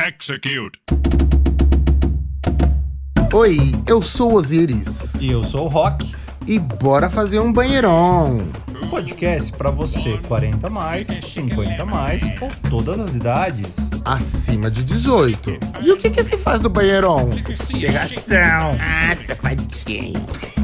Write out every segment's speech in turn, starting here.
Execute. Oi, eu sou o Osiris. E eu sou o Rock. E bora fazer um banheirão. Um podcast pra você 40 mais, 50 mais ou todas as idades. Acima de 18. E o que se faz no banheirão? Pegação. Ah, safadinho.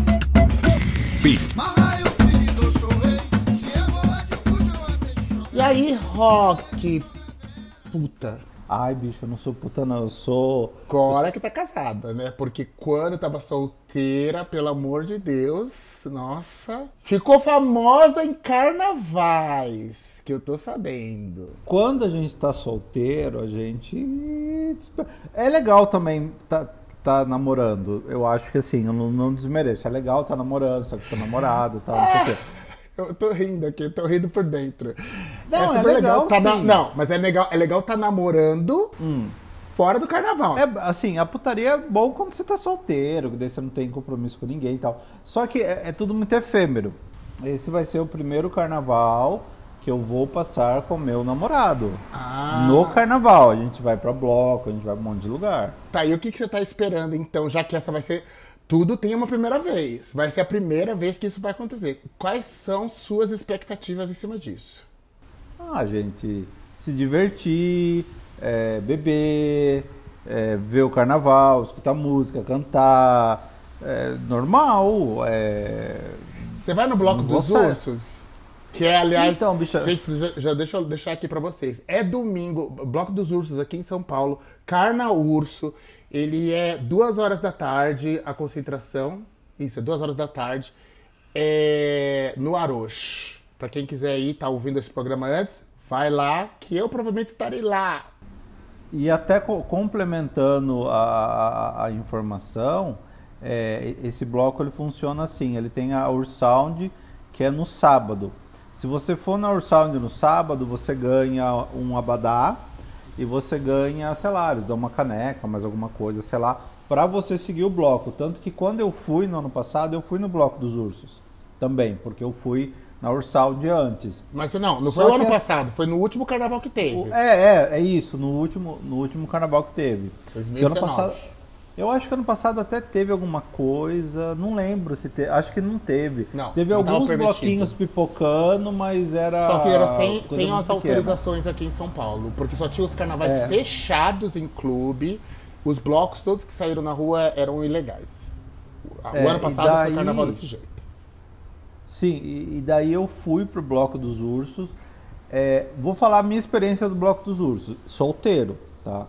E aí, Rock? Puta. Ai, bicho, eu não sou puta não, eu sou... Agora que tá casada, né? Porque quando tava solteira, pelo amor de Deus, nossa, ficou famosa em carnavais, que eu tô sabendo. Quando a gente tá solteiro, a gente... É legal também tá namorando. Eu acho que assim, eu não desmereço. É legal tá namorando, tá com seu namorado, tá, não sei o quê. Eu tô rindo aqui, eu tô rindo por dentro. Não, super legal tá sim. Não, mas é legal tá namorando fora do carnaval. É, assim, a putaria é bom quando você tá solteiro, que daí você não tem compromisso com ninguém e tal. Só que é tudo muito efêmero. Esse vai ser o primeiro carnaval que eu vou passar com meu namorado. No carnaval. A gente vai pra bloco, a gente vai pra um monte de lugar. Tá, e o que você tá esperando, então, já que essa vai ser... Tudo tem uma primeira vez. Vai ser a primeira vez que isso vai acontecer. Quais são suas expectativas em cima disso? Ah, gente, se divertir, beber, ver o carnaval, escutar música, cantar, normal. Você vai no Bloco dos Ursos? Que é, aliás, então, bicha... gente, já deixa eu deixar aqui pra vocês. É domingo, Bloco dos Ursos aqui em São Paulo, Carna Urso. Ele é 2h da tarde, a concentração. Isso, é 2h da tarde. No Aroche. Pra quem quiser ir, tá ouvindo esse programa antes, vai lá, que eu provavelmente estarei lá. E até complementando a informação, esse bloco ele funciona assim, ele tem a Ursound, que é no sábado. Se você for na Ursound no sábado, você ganha um abadá e você ganha, sei lá, eles dão uma caneca, mais alguma coisa, sei lá, pra você seguir o bloco. Tanto que quando eu fui no ano passado, eu fui no Bloco dos Ursos também, porque eu fui na Ursound antes. Mas não foi o ano passado, foi no último carnaval que teve. É isso, no último carnaval que teve. 2019. Ano passado, eu acho que ano passado até teve alguma coisa, não lembro se teve, acho que não teve. Teve alguns bloquinhos pipocando, mas era... Só que era sem as autorizações aqui em São Paulo, porque só tinha os carnavais fechados em clube, os blocos todos que saíram na rua eram ilegais. O ano passado foi carnaval desse jeito. Sim, e daí eu fui pro Bloco dos Ursos. Vou falar a minha experiência do Bloco dos Ursos, solteiro, tá?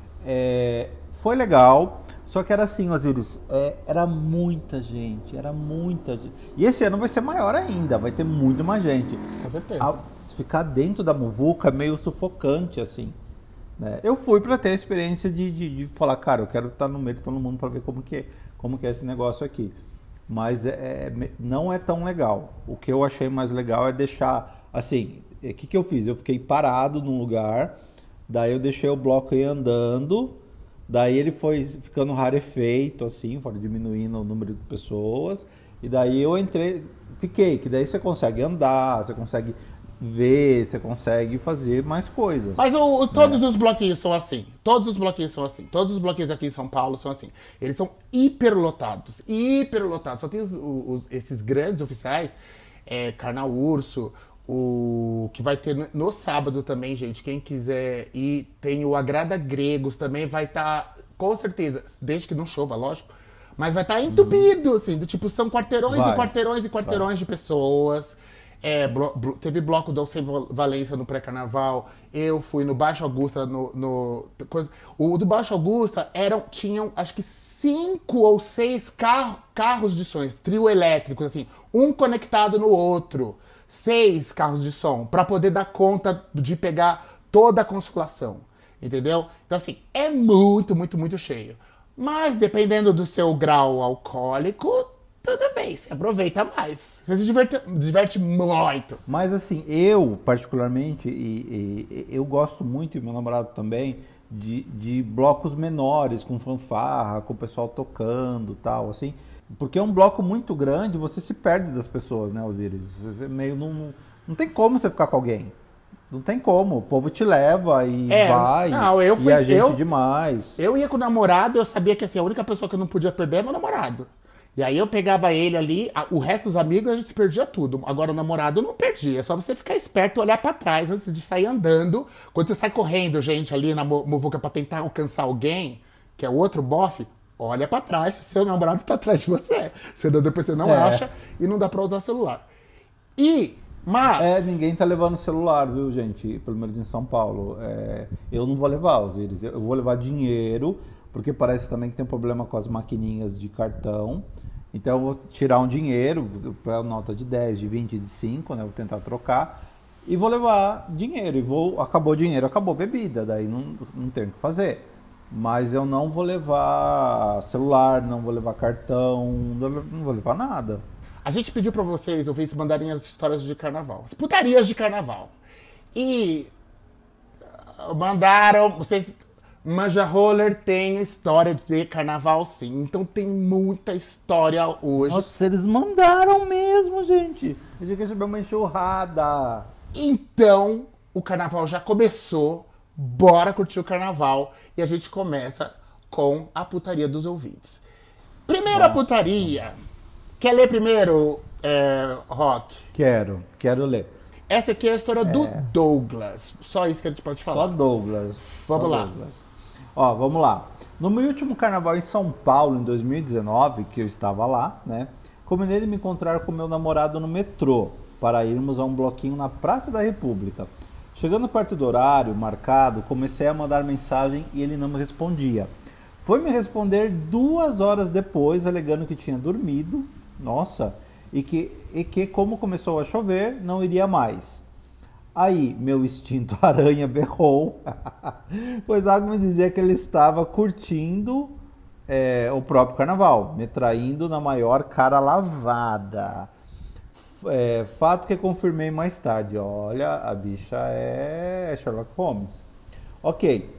Foi legal, só que era assim, Osiris, era muita gente. E esse ano vai ser maior ainda, vai ter muito mais gente. Com certeza. Ficar dentro da muvuca é meio sufocante, assim. Né? Eu fui pra ter a experiência de falar, cara, eu quero estar no meio de todo mundo pra ver como que é esse negócio aqui. Mas não é tão legal. O que eu achei mais legal é deixar, assim, o que eu fiz? Eu fiquei parado num lugar, daí eu deixei o bloco ir andando, daí ele foi ficando rarefeito, assim, foi diminuindo o número de pessoas, e daí eu fiquei, que daí você consegue andar, você consegue ver, você consegue fazer mais coisas. Mas todos os bloquinhos são assim. Todos os bloquinhos são assim. Todos os bloquinhos aqui em São Paulo são assim. Eles são hiperlotados. Só tem esses grandes oficiais, Carna Urso, o que vai ter no sábado também, gente. Quem quiser ir, tem o Agrada Gregos também, vai estar, com certeza, desde que não chova, lógico, mas vai estar entupido, assim, do tipo, são quarteirões e quarteirões e quarteirões de pessoas. Teve bloco do Alceu Valença no pré-carnaval. Eu fui no Baixo Augusta, o do Baixo Augusta tinham acho que 5 ou 6 carros de sons, trio elétricos, assim, um conectado no outro, 6 carros de som, pra poder dar conta de pegar toda a consolação, entendeu? Então assim, é muito, muito, muito cheio. Mas dependendo do seu grau alcoólico, tudo bem, você aproveita mais. Você se diverte muito. Mas assim, eu particularmente, eu gosto muito, e meu namorado também, de blocos menores, com fanfarra, com o pessoal tocando e tal, assim. Porque é um bloco muito grande, você se perde das pessoas, né, Osiris? Você meio não tem como você ficar com alguém. Não tem como. O povo te leva e vai. Não, eu fui, e a gente demais. Eu ia com o namorado, eu sabia que assim, a única pessoa que eu não podia perder é meu namorado. E aí eu pegava ele ali, o resto dos amigos a gente perdia tudo. Agora o namorado não perdia. É só você ficar esperto e olhar pra trás antes de sair andando. Quando você sai correndo, gente, ali na muvuca pra tentar alcançar alguém, que é o outro bofe, olha pra trás se seu namorado tá atrás de você. Senão depois você não acha e não dá pra usar celular. Mas... ninguém tá levando celular, viu, gente? Pelo menos em São Paulo. Eu não vou levar, Osiris. Eu vou levar dinheiro, porque parece também que tem um problema com as maquininhas de cartão. Então eu vou tirar um dinheiro, para nota de 10, de 20, de 5, né? Vou tentar trocar. E vou levar dinheiro. Acabou o dinheiro, acabou a bebida. Daí não tem o que fazer. Mas eu não vou levar celular, não vou levar cartão, não vou levar nada. A gente pediu pra vocês, ouvintes, mandarem as histórias de carnaval. As putarias de carnaval. E mandaram... Vocês... Manja Roller tem história de carnaval, sim. Então tem muita história hoje. Nossa, eles mandaram mesmo, gente. A gente recebeu uma enxurrada. Então, o carnaval já começou. Bora curtir o carnaval. E a gente começa com a putaria dos ouvintes. Primeira putaria... Quer ler primeiro, Rock? Quero ler. Essa aqui é a história do Douglas. Só isso que a gente pode falar. Só Douglas. Vamos lá. Douglas. Ó, vamos lá. No meu último carnaval em São Paulo, em 2019, que eu estava lá, né? Combinei de me encontrar com meu namorado no metrô, para irmos a um bloquinho na Praça da República. Chegando perto do horário marcado, comecei a mandar mensagem e ele não me respondia. Foi me responder 2 horas depois, alegando que tinha dormido. Nossa, e que como começou a chover, não iria mais. Aí, meu instinto aranha berrou, pois algo me dizia que ele estava curtindo o próprio carnaval, me traindo na maior cara lavada. Fato que confirmei mais tarde. Olha, a bicha é Sherlock Holmes. Ok.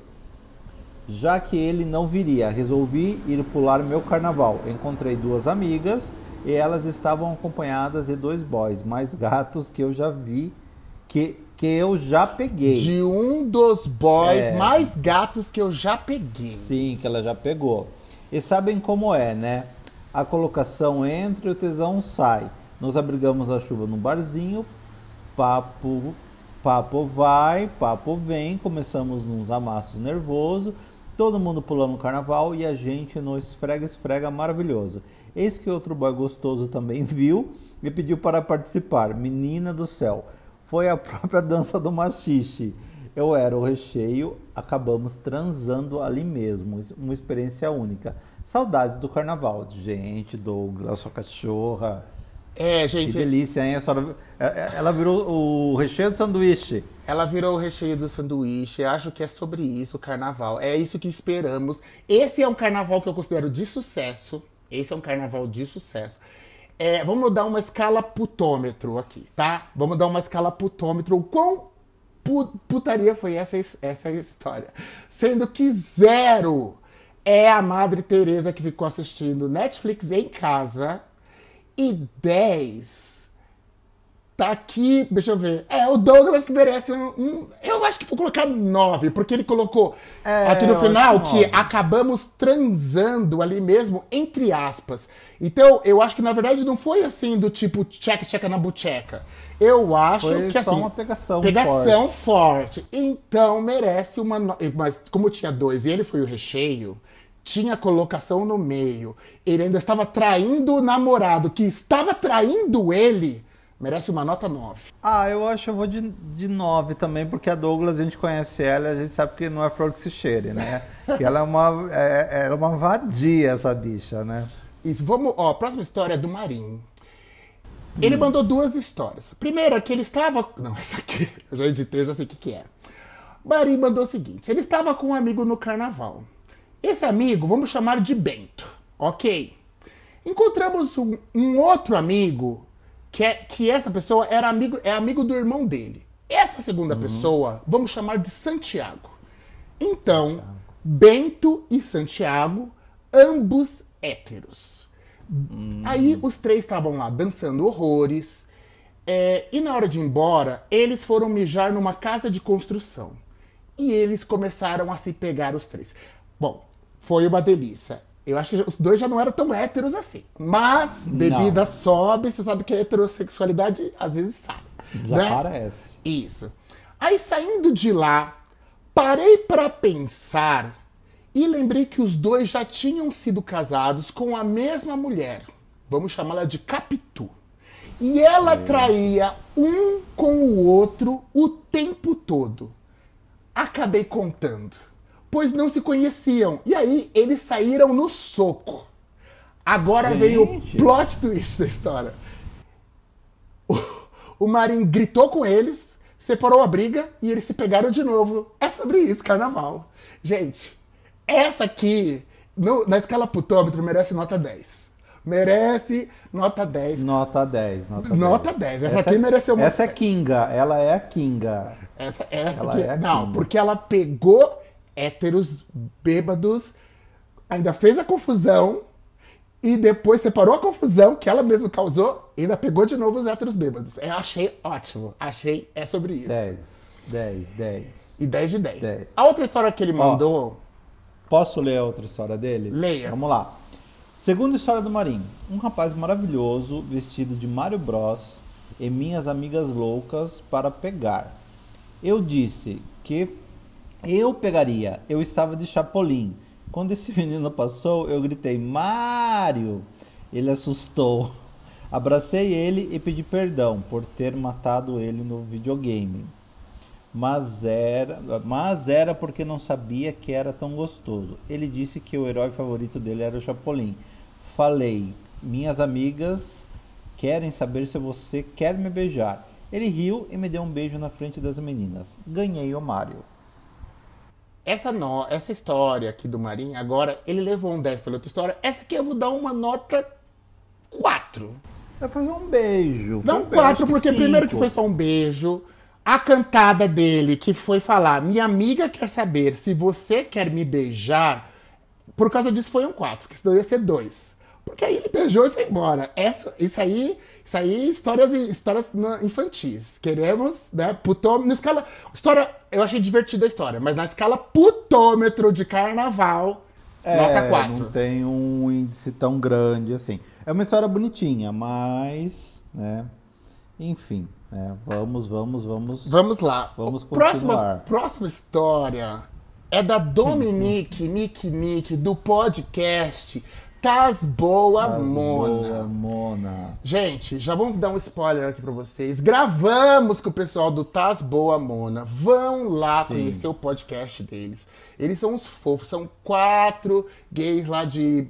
Já que ele não viria, resolvi ir pular meu carnaval. Encontrei 2 amigas e elas estavam acompanhadas de 2 boys, mais gatos que eu já vi, que eu já peguei. De um dos boys mais gatos que eu já peguei. Sim, que ela já pegou. E sabem como é, né? A colocação entra e o tesão sai. Nos abrigamos a chuva no barzinho, papo vai, papo vem, começamos nos amassos nervoso, todo mundo pulando o carnaval e a gente no esfrega maravilhoso. Eis que outro boy gostoso também viu e pediu para participar. Menina do céu, foi a própria dança do machixe. Eu era o recheio, acabamos transando ali mesmo. Uma experiência única. Saudades do carnaval. Gente, Douglas, sua cachorra. Gente. Que delícia, hein? Ela virou o recheio do sanduíche. Ela virou o recheio do sanduíche. Acho que é sobre isso o carnaval. É isso que esperamos. Esse é um carnaval que eu considero de sucesso. Esse é um carnaval de sucesso. Vamos dar uma escala putômetro aqui, tá? Vamos dar uma escala putômetro. O quão putaria foi essa história? Sendo que 0 é a Madre Teresa que ficou assistindo Netflix em casa. E 10 tá aqui, deixa eu ver. O Douglas merece eu acho que vou colocar 9, porque ele colocou aqui no final que acabamos transando ali mesmo, entre aspas. Então, eu acho que na verdade não foi assim do tipo tcheca na bucheca. Eu acho foi que só assim, uma pegação forte. Então merece uma. Mas como tinha 2 e ele foi o recheio, tinha colocação no meio, ele ainda estava traindo o namorado que estava traindo ele, merece uma nota 9. Eu acho que eu vou de 9 também, porque a Douglas, a gente conhece ela, a gente sabe que não é flor que se cheire, né? Que ela é uma vadia, essa bicha, né? Isso, próxima história é do Marinho. Ele mandou 2 histórias. Primeira, que ele estava... Não, essa aqui, eu já editei, eu já sei o que é. Marinho mandou o seguinte, ele estava com um amigo no carnaval. Esse amigo, vamos chamar de Bento, ok? Encontramos um outro amigo, que essa pessoa é amigo do irmão dele. Essa segunda pessoa, vamos chamar de Santiago. Então, Santiago. Bento e Santiago, ambos héteros. Aí os 3 estavam lá dançando horrores. E na hora de ir embora, eles foram mijar numa casa de construção. E eles começaram a se pegar os três. Bom, foi uma delícia. Eu acho que os dois já não eram tão héteros assim. Mas bebida sobe, você sabe que a heterossexualidade às vezes sai. Desaparece. Né? Isso. Aí saindo de lá, parei pra pensar e lembrei que os dois já tinham sido casados com a mesma mulher. Vamos chamá-la de Capitu. E ela traía um com o outro o tempo todo. Acabei contando, pois não se conheciam. E aí eles saíram no soco. Agora veio o plot twist da história. O Marinho gritou com eles, separou a briga e eles se pegaram de novo. É sobre isso, carnaval. Gente, essa aqui, na escala putômetro, merece nota 10. Merece nota 10. Nota 10. Nota 10. Essa aqui mereceu uma. Essa é Kinga, ela é a Kinga. Essa ela aqui. É a não, Kinga. porque ela pegou héteros bêbados, ainda fez a confusão e depois separou a confusão que ela mesma causou e ainda pegou de novo os héteros bêbados. Eu achei ótimo. É sobre isso. 10. E 10 de 10. 10. A outra história que ele mandou. Posso ler a outra história dele? Leia. Vamos lá. Segunda história do Marinho. Um rapaz maravilhoso, vestido de Mario Bros. E minhas amigas loucas para pegar. Eu disse que eu pegaria. Eu estava de Chapolin. Quando esse menino passou, eu gritei, Mário! Ele assustou. Abracei ele e pedi perdão por ter matado ele no videogame. Mas era porque não sabia que era tão gostoso. Ele disse que o herói favorito dele era o Chapolin. Falei, minhas amigas querem saber se você quer me beijar. Ele riu e me deu um beijo na frente das meninas. Ganhei o Mário. Essa história aqui do Marinho, agora, ele levou um 10 pela outra história. Essa aqui eu vou dar uma nota 4. Vai fazer um beijo. Não 4, porque primeiro que foi só um beijo. A cantada dele, que foi falar, minha amiga quer saber se você quer me beijar, por causa disso foi um 4, porque senão ia ser 2. Porque aí ele beijou e foi embora. Isso aí, histórias infantis. Queremos, né, putômetro, na escala... História, eu achei divertida a história, mas na escala putômetro de carnaval, nota 4. Não tem um índice tão grande assim. É uma história bonitinha, mas, né, enfim... Vamos lá. Vamos continuar. Próxima história é da Dominique Nick do podcast Tas Boa Mona. Gente, já vamos dar um spoiler aqui pra vocês. Gravamos com o pessoal do Tas Boa Mona. Vão lá conhecer o podcast deles. Eles são uns fofos. São 4 gays lá de...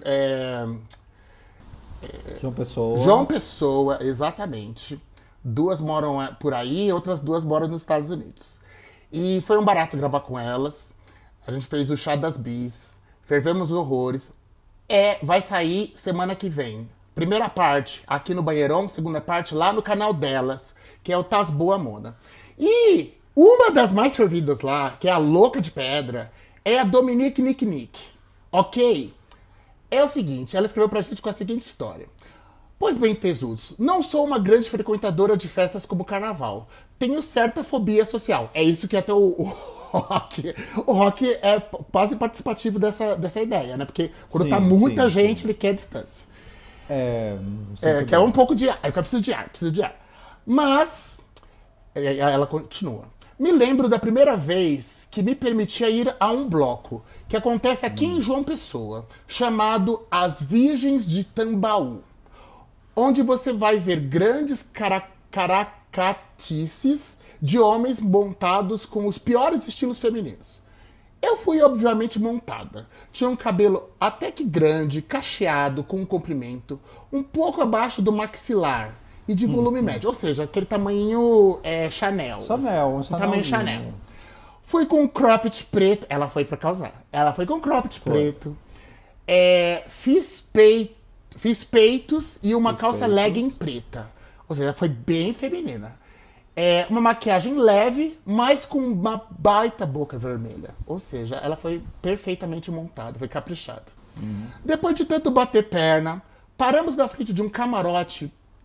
João Pessoa, exatamente. 2 moram por aí, outras 2 moram nos Estados Unidos. E foi um barato gravar com elas. A gente fez o chá das bis, fervemos horrores. Vai sair semana que vem. Primeira parte aqui no Banheirão, segunda parte lá no canal delas, que é o Tas Boa Mona. E uma das mais fervidas lá, que é a louca de pedra, é a Dominique Nick. Ok? É o seguinte, ela escreveu pra gente com a seguinte história. Pois bem, tesudos, não sou uma grande frequentadora de festas como carnaval. Tenho certa fobia social. É isso que até o Rock... O Rock é quase participativo dessa ideia, né? Porque quando tá muita gente, ele quer distância. Quer um pouco de ar. Eu preciso de ar. Mas, ela continua. Me lembro da primeira vez que me permitia ir a um bloco, que acontece aqui em João Pessoa, chamado As Virgens de Tambaú, onde você vai ver grandes caracatices de homens montados com os piores estilos femininos. Eu fui obviamente montada. Tinha um cabelo até que grande, cacheado, com um comprimento, um pouco abaixo do maxilar e de volume médio. Ou seja, aquele tamanho Chanel. Um tamanho Chanel. Fui com um cropped preto. Ela foi pra causar. Ela foi com um cropped preto. Fiz peitos e uma calça legging preta. Ou seja, foi bem feminina. Uma maquiagem leve, mas com uma baita boca vermelha. Ou seja, ela foi perfeitamente montada, foi caprichada. Depois de tanto bater perna, paramos na frente de um camarote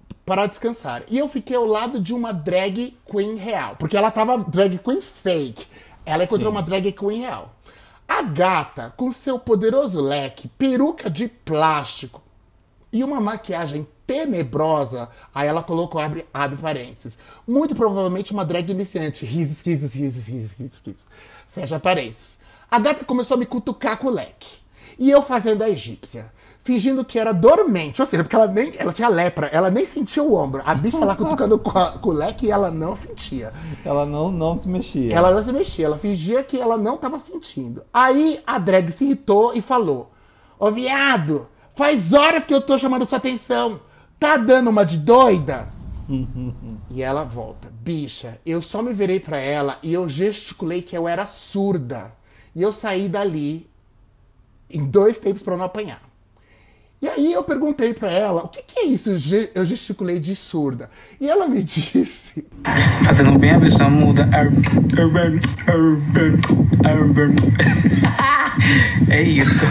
para descansar. E eu fiquei ao lado de uma drag queen real. Porque ela tava drag queen fake. Ela encontrou uma drag queen real. A gata, com seu poderoso leque, peruca de plástico e uma maquiagem tenebrosa, aí ela colocou, abre parênteses, muito provavelmente uma drag iniciante, risos, risos, risos, risos, risos, risos. Fecha parênteses. A gata começou a me cutucar com o leque. E eu fazendo a egípcia, fingindo que era dormente, ou seja, porque ela tinha lepra, ela nem sentia o ombro. A bicha lá cutucando com o leque e ela não sentia. Ela não se mexia. Ela não se mexia, ela fingia que ela não estava sentindo. Aí a drag se irritou e falou: ô viado, faz horas que eu tô chamando sua atenção. Tá dando uma de doida? E ela volta: bicha, eu só me virei pra ela e eu gesticulei que eu era surda. E eu saí dali em 2 tempos pra não apanhar. E aí eu perguntei pra ela: o que é isso? Eu gesticulei de surda. E ela me disse: fazendo bem a bicha muda. É isso.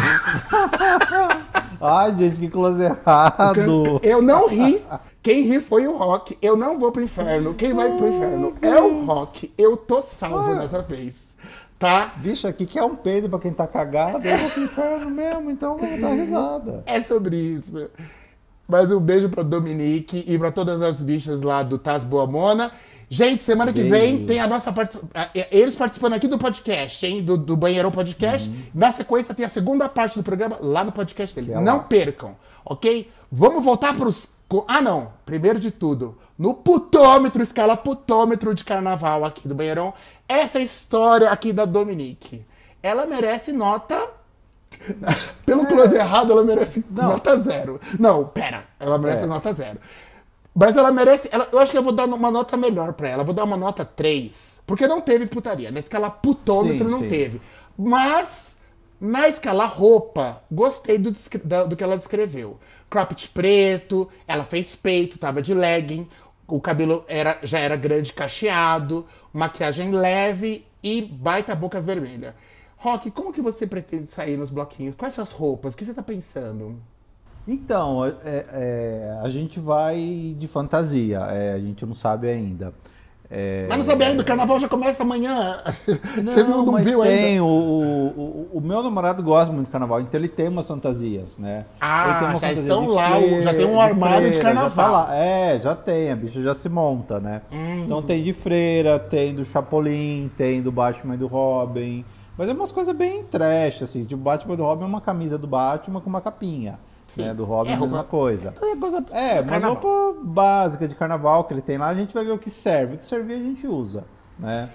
Ai, gente, que close errado. Eu não ri. Quem ri foi o Rock. Eu não vou pro inferno. Quem vai pro inferno é o Rock. Eu tô salvo nessa vez. Tá? Bicho, aqui que é um peido pra quem tá cagado, eu vou pro inferno mesmo, então vamos dar risada. É sobre isso. Mas um beijo pra Dominique e pra todas as bichas lá do Taz Boa Mona. Gente, semana que vem tem a nossa eles participando aqui do podcast, hein? Do Banheirão Podcast. Na sequência tem a segunda parte do programa lá no podcast dele. Não percam, ok? Vamos voltar pros... Ah, não. Primeiro de tudo, no putômetro, escala putômetro de carnaval aqui do Banheirão, essa história aqui da Dominique. Ela merece nota... Pelo close errado, ela merece nota 0. Não, pera. Ela merece nota 0. Mas ela merece... eu acho que eu vou dar uma nota melhor pra ela. Eu vou dar uma nota 3. Porque não teve putaria. Na escala putômetro não teve. Mas, na escala roupa, gostei do que ela descreveu. Cropped preto, ela fez peito, tava de legging, o cabelo já era grande, cacheado, maquiagem leve e baita boca vermelha. Rock, como que você pretende sair nos bloquinhos? Quais são as roupas? O que você tá pensando? Então, a gente vai de fantasia, a gente não sabe ainda. Mas não sabe ainda, o carnaval já começa amanhã. Você não mas viu tem, ainda. O meu namorado gosta muito de carnaval, então ele tem umas fantasias, né? Ah, ele tem uma já fantasia estão de lá, freira, já tem um armário de carnaval. Já tá lá. Já tem, a bicha já se monta, né? Então tem de freira, tem do Chapolin, tem do Batman e do Robin. Mas é umas coisas bem trash, assim. De Batman e do Robin é uma camisa do Batman com uma capinha. Né? Do Robin é a mesma coisa. Mas roupa básica de carnaval que ele tem lá, a gente vai ver o que serve. O que servir a gente usa, né?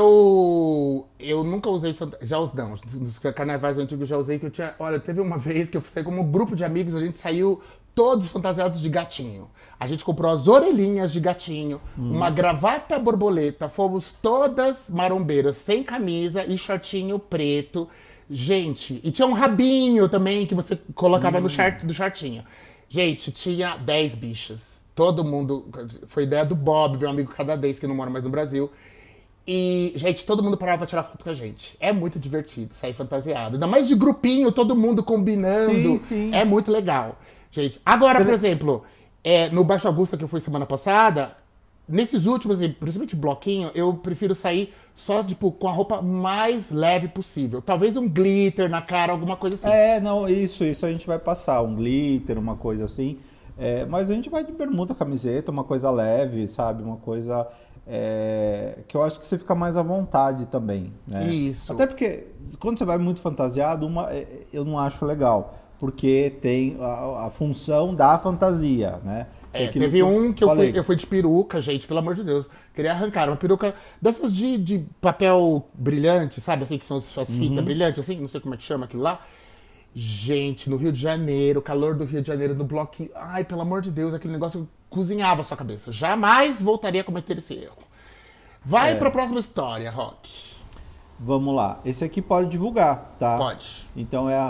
Eu nunca usei nos carnavais antigos já usei, que eu tinha... Olha, teve uma vez que eu saí como um grupo de amigos, a gente saiu todos fantasiados de gatinho. A gente comprou as orelhinhas de gatinho, uma gravata borboleta, fomos todas marombeiras, sem camisa e shortinho preto. Gente, e tinha um rabinho também que você colocava no shortinho. Gente, tinha 10 bichas. Todo mundo... Foi ideia do Bob, meu amigo canadense, que não mora mais no Brasil. E, gente, todo mundo parava pra tirar foto com a gente. É muito divertido sair fantasiado. Ainda mais de grupinho, todo mundo combinando. Sim. É muito legal. Gente, agora, por exemplo, no Baixo Augusta, que eu fui semana passada, nesses últimos, principalmente bloquinho, eu prefiro sair só, tipo, com a roupa mais leve possível. Talvez um glitter na cara, alguma coisa assim. Isso a gente vai passar. Um glitter, uma coisa assim. Mas a gente vai de bermuda, camiseta, uma coisa leve, sabe? Uma coisa... que eu acho que você fica mais à vontade também, né? Isso. Até porque quando você vai muito fantasiado, eu não acho legal, porque tem a função da fantasia, né? Teve um que eu fui de peruca, gente, pelo amor de Deus. Queria arrancar uma peruca dessas de papel brilhante, sabe? Assim, que são as fitas brilhantes, assim, não sei como é que chama aquilo lá. Gente, no Rio de Janeiro, calor do Rio de Janeiro, no bloquinho. Ai, pelo amor de Deus, aquele negócio cozinhava a sua cabeça. Jamais voltaria a cometer esse erro. Vai pra próxima história, Rock. Vamos lá. Esse aqui pode divulgar, tá? Pode. Então é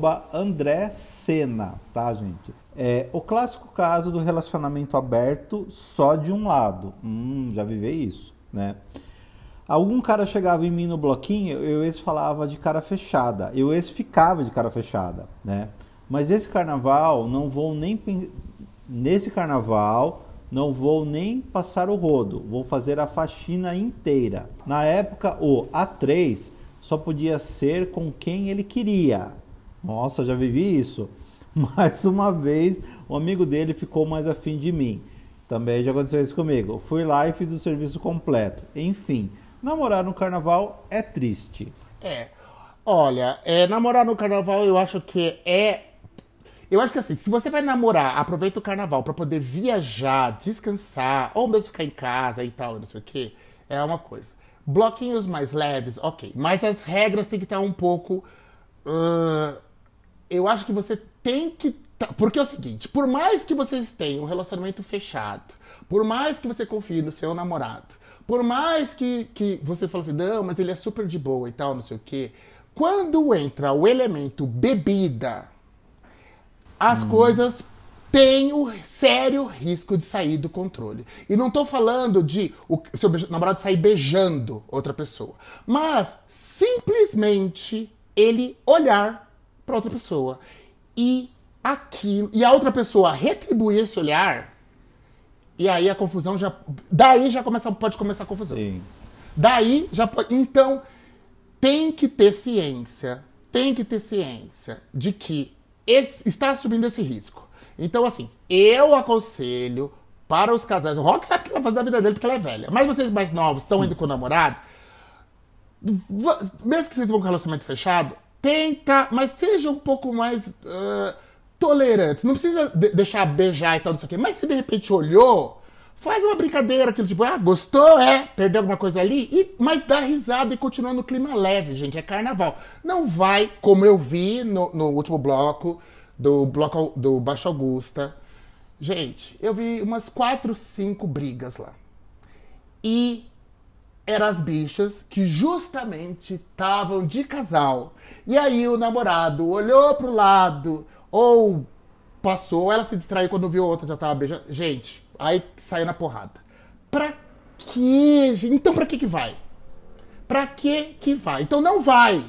@AndréSena, tá, gente? O clássico caso do relacionamento aberto só de um lado. Já vivei isso, né? Algum cara chegava em mim no bloquinho, eu falava de cara fechada. Eu ficava de cara fechada, né? Mas esse carnaval, não vou nem nesse carnaval não vou nem passar o rodo, vou fazer a faxina inteira. Na época, o A3 só podia ser com quem ele queria. Nossa, já vivi isso. Mais uma vez, um amigo dele ficou mais afim de mim. Também já aconteceu isso comigo. Fui lá e fiz o serviço completo. Enfim, namorar no carnaval é triste. Olha, namorar no carnaval eu acho que Eu acho que assim, se você vai namorar, aproveita o carnaval pra poder viajar, descansar, ou mesmo ficar em casa e tal, não sei o quê, é uma coisa. Bloquinhos mais leves, ok. Mas as regras têm que estar um pouco. Eu acho que você tem que. Porque é o seguinte, por mais que vocês tenham um relacionamento fechado, por mais que você confie no seu namorado, por mais que você fale assim, não, mas ele é super de boa e tal, não sei o quê, quando entra o elemento bebida, as coisas têm o sério risco de sair do controle. E não tô falando de o seu namorado sair beijando outra pessoa, mas simplesmente ele olhar para outra pessoa e a outra pessoa retribuir esse olhar, e aí a confusão já. Daí já pode começar a confusão. Sim. Daí já pode. Então, tem que ter ciência de que está assumindo esse risco. Então, assim, eu aconselho para os casais. O Rock sabe o que vai fazer da vida dele porque ela é velha. Mas vocês mais novos estão indo com o namorado, mesmo que vocês vão com relacionamento fechado, tenta, mas seja um pouco mais tolerantes. Não precisa deixar beijar e tal, não sei o quê. Mas se de repente olhou, faz uma brincadeira, aquilo tipo, gostou, perdeu alguma coisa ali, mas dá risada e continua no clima leve, gente, é carnaval. Não vai, como eu vi no último bloco do Baixo Augusta. Gente, eu vi umas 4, 5 brigas lá. E eram as bichas que justamente estavam de casal. E aí o namorado olhou pro lado, ou passou, ela se distraiu quando viu a outra já tava beijando. Gente, aí saiu na porrada. Pra quê? Então pra que vai? Pra que vai? Então não vai,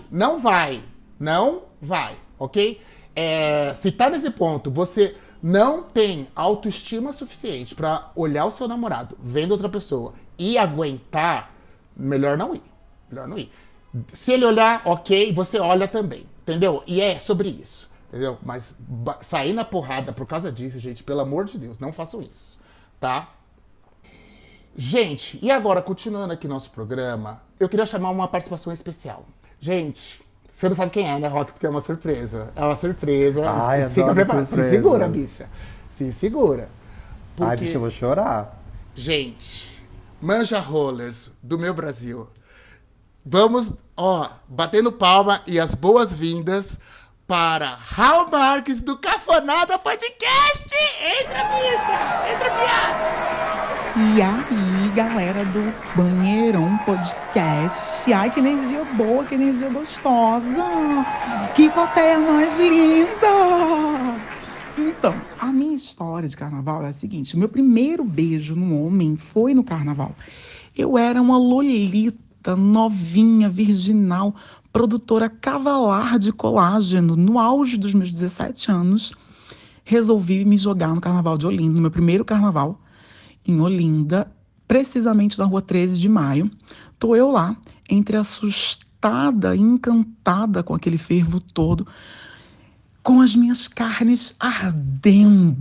ok? Se tá nesse ponto, você não tem autoestima suficiente pra olhar o seu namorado vendo outra pessoa e aguentar, melhor não ir. Se ele olhar, ok, você olha também, entendeu? E é sobre isso, entendeu? Mas sair na porrada por causa disso, gente, pelo amor de Deus, não façam isso, tá? Gente, e agora, continuando aqui nosso programa, eu queria chamar uma participação especial. Gente, você não sabe quem é, né, Rock? Porque é uma surpresa. É uma surpresa. Ai, Fica preparado. Se segura, bicha. Se segura. Porque... Ai, bicha, eu vou chorar. Gente, Manja Rollers do meu Brasil. Vamos, batendo palma e as boas-vindas para Raul Marques do Cafonada Podcast. Entra, bicha! Entra, viado! E aí, galera do Banheirão Podcast. Ai, que energia boa, que energia gostosa. Que plateia mais linda. Então, a minha história de carnaval é a seguinte. Meu primeiro beijo num homem foi no carnaval. Eu era uma lolita, novinha, virginal, produtora cavalar de colágeno. No auge dos meus 17 anos, resolvi me jogar no carnaval de Olinda, no meu primeiro carnaval, em Olinda, precisamente na rua 13 de maio. Tô eu lá, entre assustada e encantada com aquele fervo todo, com as minhas carnes ardendo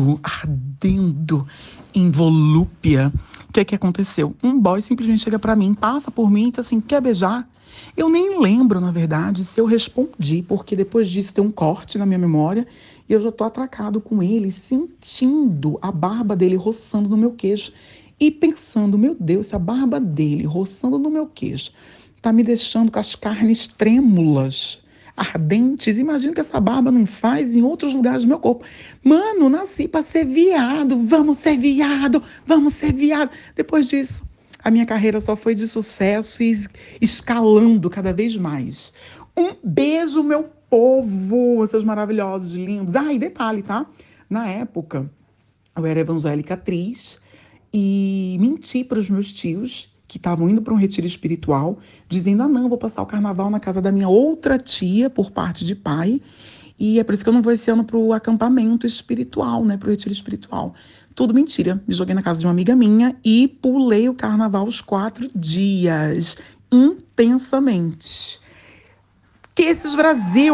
em volúpia. O que é que aconteceu? Um boy simplesmente chega pra mim, passa por mim e diz assim, quer beijar? Eu nem lembro, na verdade, se eu respondi, porque depois disso tem um corte na minha memória e eu já tô atracado com ele, sentindo a barba dele roçando no meu queixo e pensando, meu Deus, se a barba dele roçando no meu queixo tá me deixando com as carnes trêmulas, ardentes, imagino que essa barba não faz em outros lugares do meu corpo. Mano, nasci pra ser viado, vamos ser viado. Depois disso, a minha carreira só foi de sucesso e escalando cada vez mais. Um beijo, meu povo, vocês maravilhosos, lindos. Ah, e detalhe, tá? Na época, eu era evangélica atriz e menti para os meus tios que estavam indo para um retiro espiritual, dizendo, não, vou passar o carnaval na casa da minha outra tia, por parte de pai, E é por isso que eu não vou esse ano pro acampamento espiritual, né? Pro retiro espiritual. Tudo mentira. Me joguei na casa de uma amiga minha e pulei o carnaval os 4 dias. Intensamente. Que esses Brasil!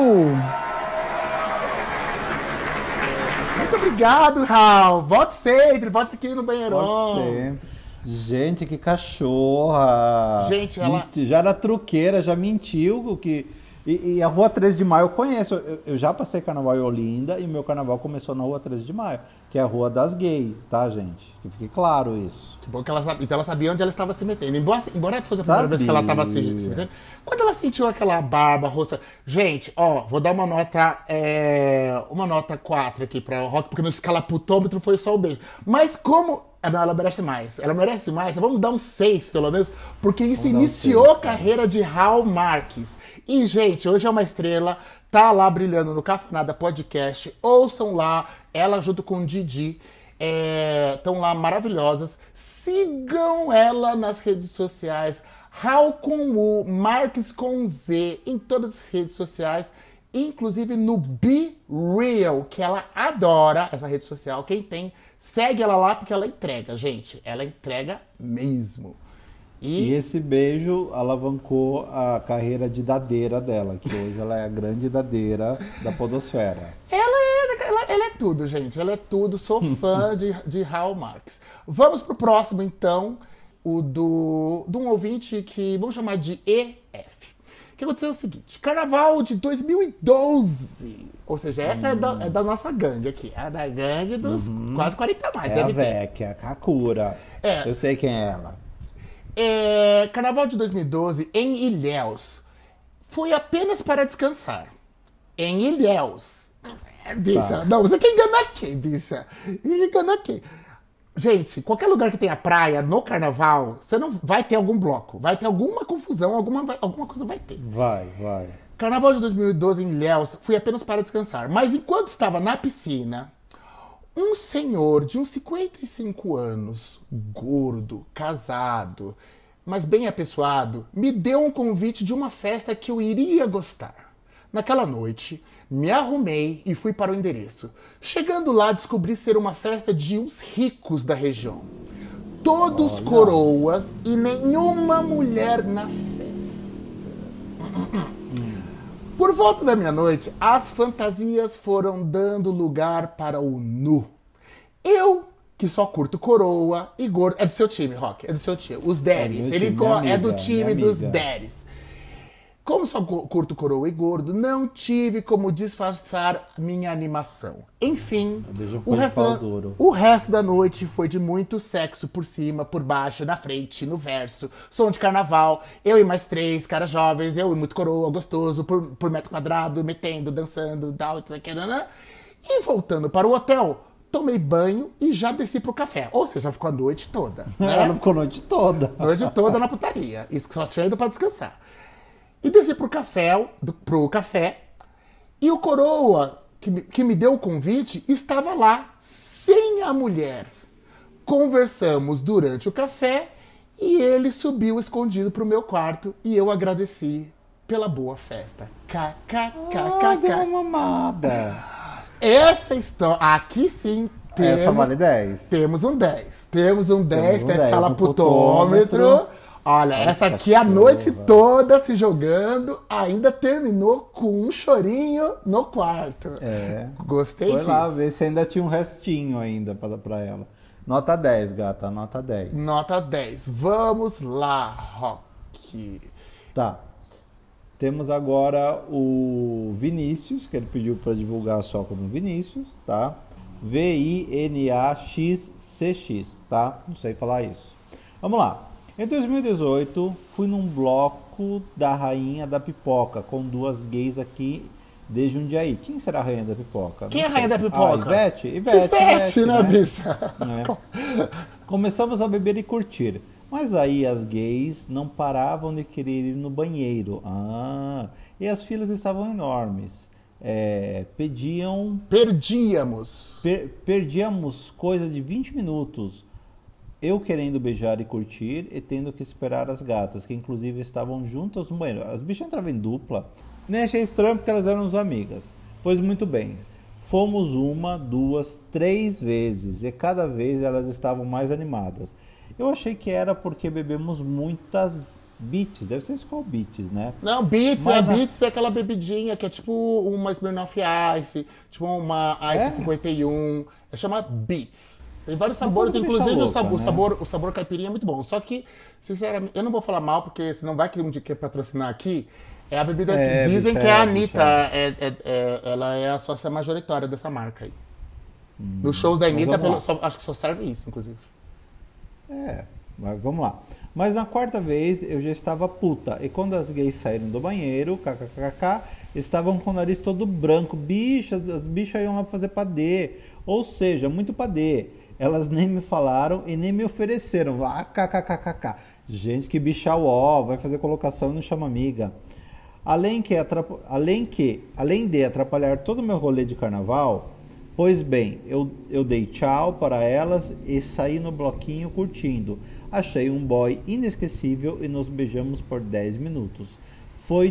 Muito obrigado, Raul. Volte sempre, volte aqui no banheirão. Pode ser. Gente, que cachorra! Gente, ela... Já era truqueira, já mentiu que... E a Rua 13 de Maio eu conheço. Eu já passei carnaval em Olinda e meu carnaval começou na Rua 13 de Maio, que é a Rua das Gays, tá, gente? Que fique claro isso. Que bom que ela sabia. Então ela sabia onde ela estava se metendo. Embora fosse a primeira vez que ela estava se metendo. Quando ela sentiu aquela barba roxa. Gente, ó, vou dar uma nota. Uma nota 4 aqui pra Rock, porque no escalaputômetro foi só o beijo. Mas como. Não, ela merece mais. Ela merece mais. Vamos dar um 6, pelo menos. Porque isso iniciou a carreira de Raul Marques. E, gente, hoje é uma estrela, tá lá brilhando no Cafonada Podcast. Ouçam lá, ela junto com o Didi. Estão lá maravilhosas. Sigam ela nas redes sociais. Raul com U, Marques com Z, em todas as redes sociais. Inclusive no Be Real, que ela adora essa rede social. Quem tem, segue ela lá porque ela entrega, gente. Ela entrega mesmo. E esse beijo alavancou a carreira de dadeira dela, que hoje ela é a grande dadeira da podosfera. Ela é tudo, gente. Ela é tudo. Sou fã de Raul Marques. Vamos pro próximo, então. O de um ouvinte que vamos chamar de EF. O que aconteceu é o seguinte. Carnaval de 2012. Ou seja, essa é da nossa gangue aqui. É da gangue dos quase 40 a mais. É a Vecchia, a Kakura. Eu sei quem é ela. Carnaval de 2012 em Ilhéus. Foi apenas para descansar. Em Ilhéus. Bicha, tá. Não, você quer enganar quem, bicha? Enganar quem? Gente, qualquer lugar que tenha praia no carnaval, você não vai ter algum bloco. Vai ter alguma confusão, alguma coisa vai ter. Vai. Carnaval de 2012 em Ilhéus, fui apenas para descansar. Mas enquanto estava na piscina, um senhor de uns 55 anos, gordo, casado, mas bem apessoado, me deu um convite de uma festa que eu iria gostar. Naquela noite, me arrumei e fui para o endereço. Chegando lá, descobri ser uma festa de uns ricos da região. Todos coroas e nenhuma mulher na festa. Por volta da meia-noite, as fantasias foram dando lugar para o nu. Eu, que só curto coroa e gordo... É do seu time, Rock, é do seu time. Os Deres. É do time dos Deres. Como só curto coroa e gordo, não tive como disfarçar minha animação. Enfim, o resto da noite foi de muito sexo por cima, por baixo, na frente, no verso. Som de carnaval, eu e mais 3 caras jovens, eu e muito coroa, gostoso, por metro quadrado, metendo, dançando, tal, isso aqui, né? E voltando para o hotel, tomei banho e já desci pro café. Ou seja, ficou a noite toda. Né? Ela ficou a noite toda. Noite toda na putaria. Isso só tinha ido pra descansar. E desci pro café, e o coroa que me deu o convite estava lá, sem a mulher. Conversamos durante o café e ele subiu escondido pro meu quarto e eu agradeci pela boa festa. Deu uma mamada. Essa história, aqui sim, essa vale 10. Temos um 10. Temos um 10 na escala putômetro. Olha, essa aqui a noite toda se jogando, ainda terminou com um chorinho no quarto. Gostei disso. Foi lá ver se ainda tinha um restinho ainda pra ela. Nota 10, gata, nota 10. Nota 10. Vamos lá, Rock. Tá. Temos agora o Vinícius, que ele pediu pra divulgar só como Vinícius, tá? VINAXCX, tá? Não sei falar isso. Vamos lá. Em 2018, fui num bloco da Rainha da Pipoca, com 2 gays aqui de Jundiaí. Quem será a Rainha da Pipoca? Quem é a Rainha da Pipoca? Ivete, né, bicha? Começamos a beber e curtir. Mas aí as gays não paravam de querer ir no banheiro. E as filas estavam enormes. Perdíamos coisa de 20 minutos. Eu querendo beijar e curtir e tendo que esperar as gatas, que inclusive estavam juntas no banheiro. As bichas entravam em dupla. Nem achei estranho porque elas eram as amigas. Pois muito bem. Fomos 1, 2, 3 vezes e cada vez elas estavam mais animadas. Eu achei que era porque bebemos muitas Beats, deve ser Skol Beats, né? Não, Beats, Mas Beats é aquela bebidinha que é tipo uma Smirnoff Ice, tipo uma Ice 51, chama Beats. Tem vários sabores, pode inclusive deixar louca, o sabor caipirinha é muito bom. Só que, sinceramente, eu não vou falar mal, porque senão vai que um dia quer patrocinar aqui. É a bebida que dizem bicha, que é a bicha. Anitta, ela é a sócia majoritária dessa marca aí. Nos shows da mas Anitta, vamos lá. acho que só serve isso, inclusive. Mas vamos lá. Mas na quarta vez eu já estava puta. E quando as gays saíram do banheiro, kkkk, estavam com o nariz todo branco. Bichas, as bichas iam lá fazer padê. Ou seja, muito padê. Elas nem me falaram e nem me ofereceram. Kkkk. Gente, que bicha ó, vai fazer colocação e não chama amiga. Além de atrapalhar todo o meu rolê de carnaval, pois bem, eu dei tchau para elas e saí no bloquinho curtindo. Achei um boy inesquecível e nos beijamos por 10 minutos. Foi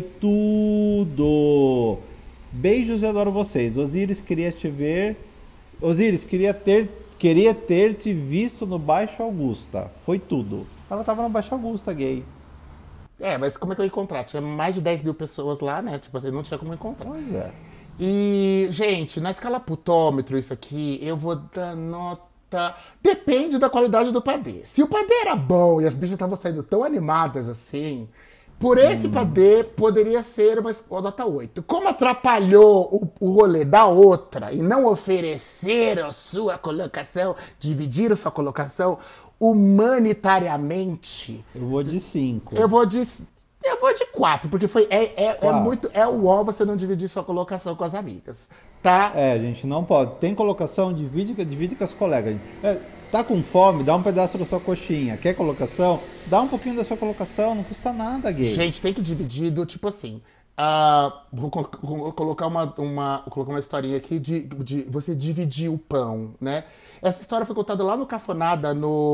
tudo! Beijos e adoro vocês. Osiris, queria te ver. Osiris, queria ter te visto no Baixo Augusta. Foi tudo. Ela tava no Baixo Augusta, gay. Mas como é que eu ia encontrar? Tinha mais de 10 mil pessoas lá, né? Tipo assim, não tinha como encontrar. Pois é. E, gente, na escala putômetro, isso aqui, eu vou dar nota. Depende da qualidade do padê. Se o padê era bom e as bichas estavam saindo tão animadas assim, por esse padê poderia ser uma nota 8. Como atrapalhou o rolê da outra e não ofereceram sua colocação, dividiram sua colocação humanitariamente, Eu vou de 5. eu vou de 4, porque muito. É o ó você não dividir sua colocação com as amigas. Tá? A gente não pode. Tem colocação, divide com as colegas. Tá com fome, dá um pedaço da sua coxinha. Quer colocação? Dá um pouquinho da sua colocação, não custa nada, gay. Gente, tem que dividir do tipo assim. Vou colocar uma historinha aqui de você dividir o pão, né? Essa história foi contada lá no Cafonada,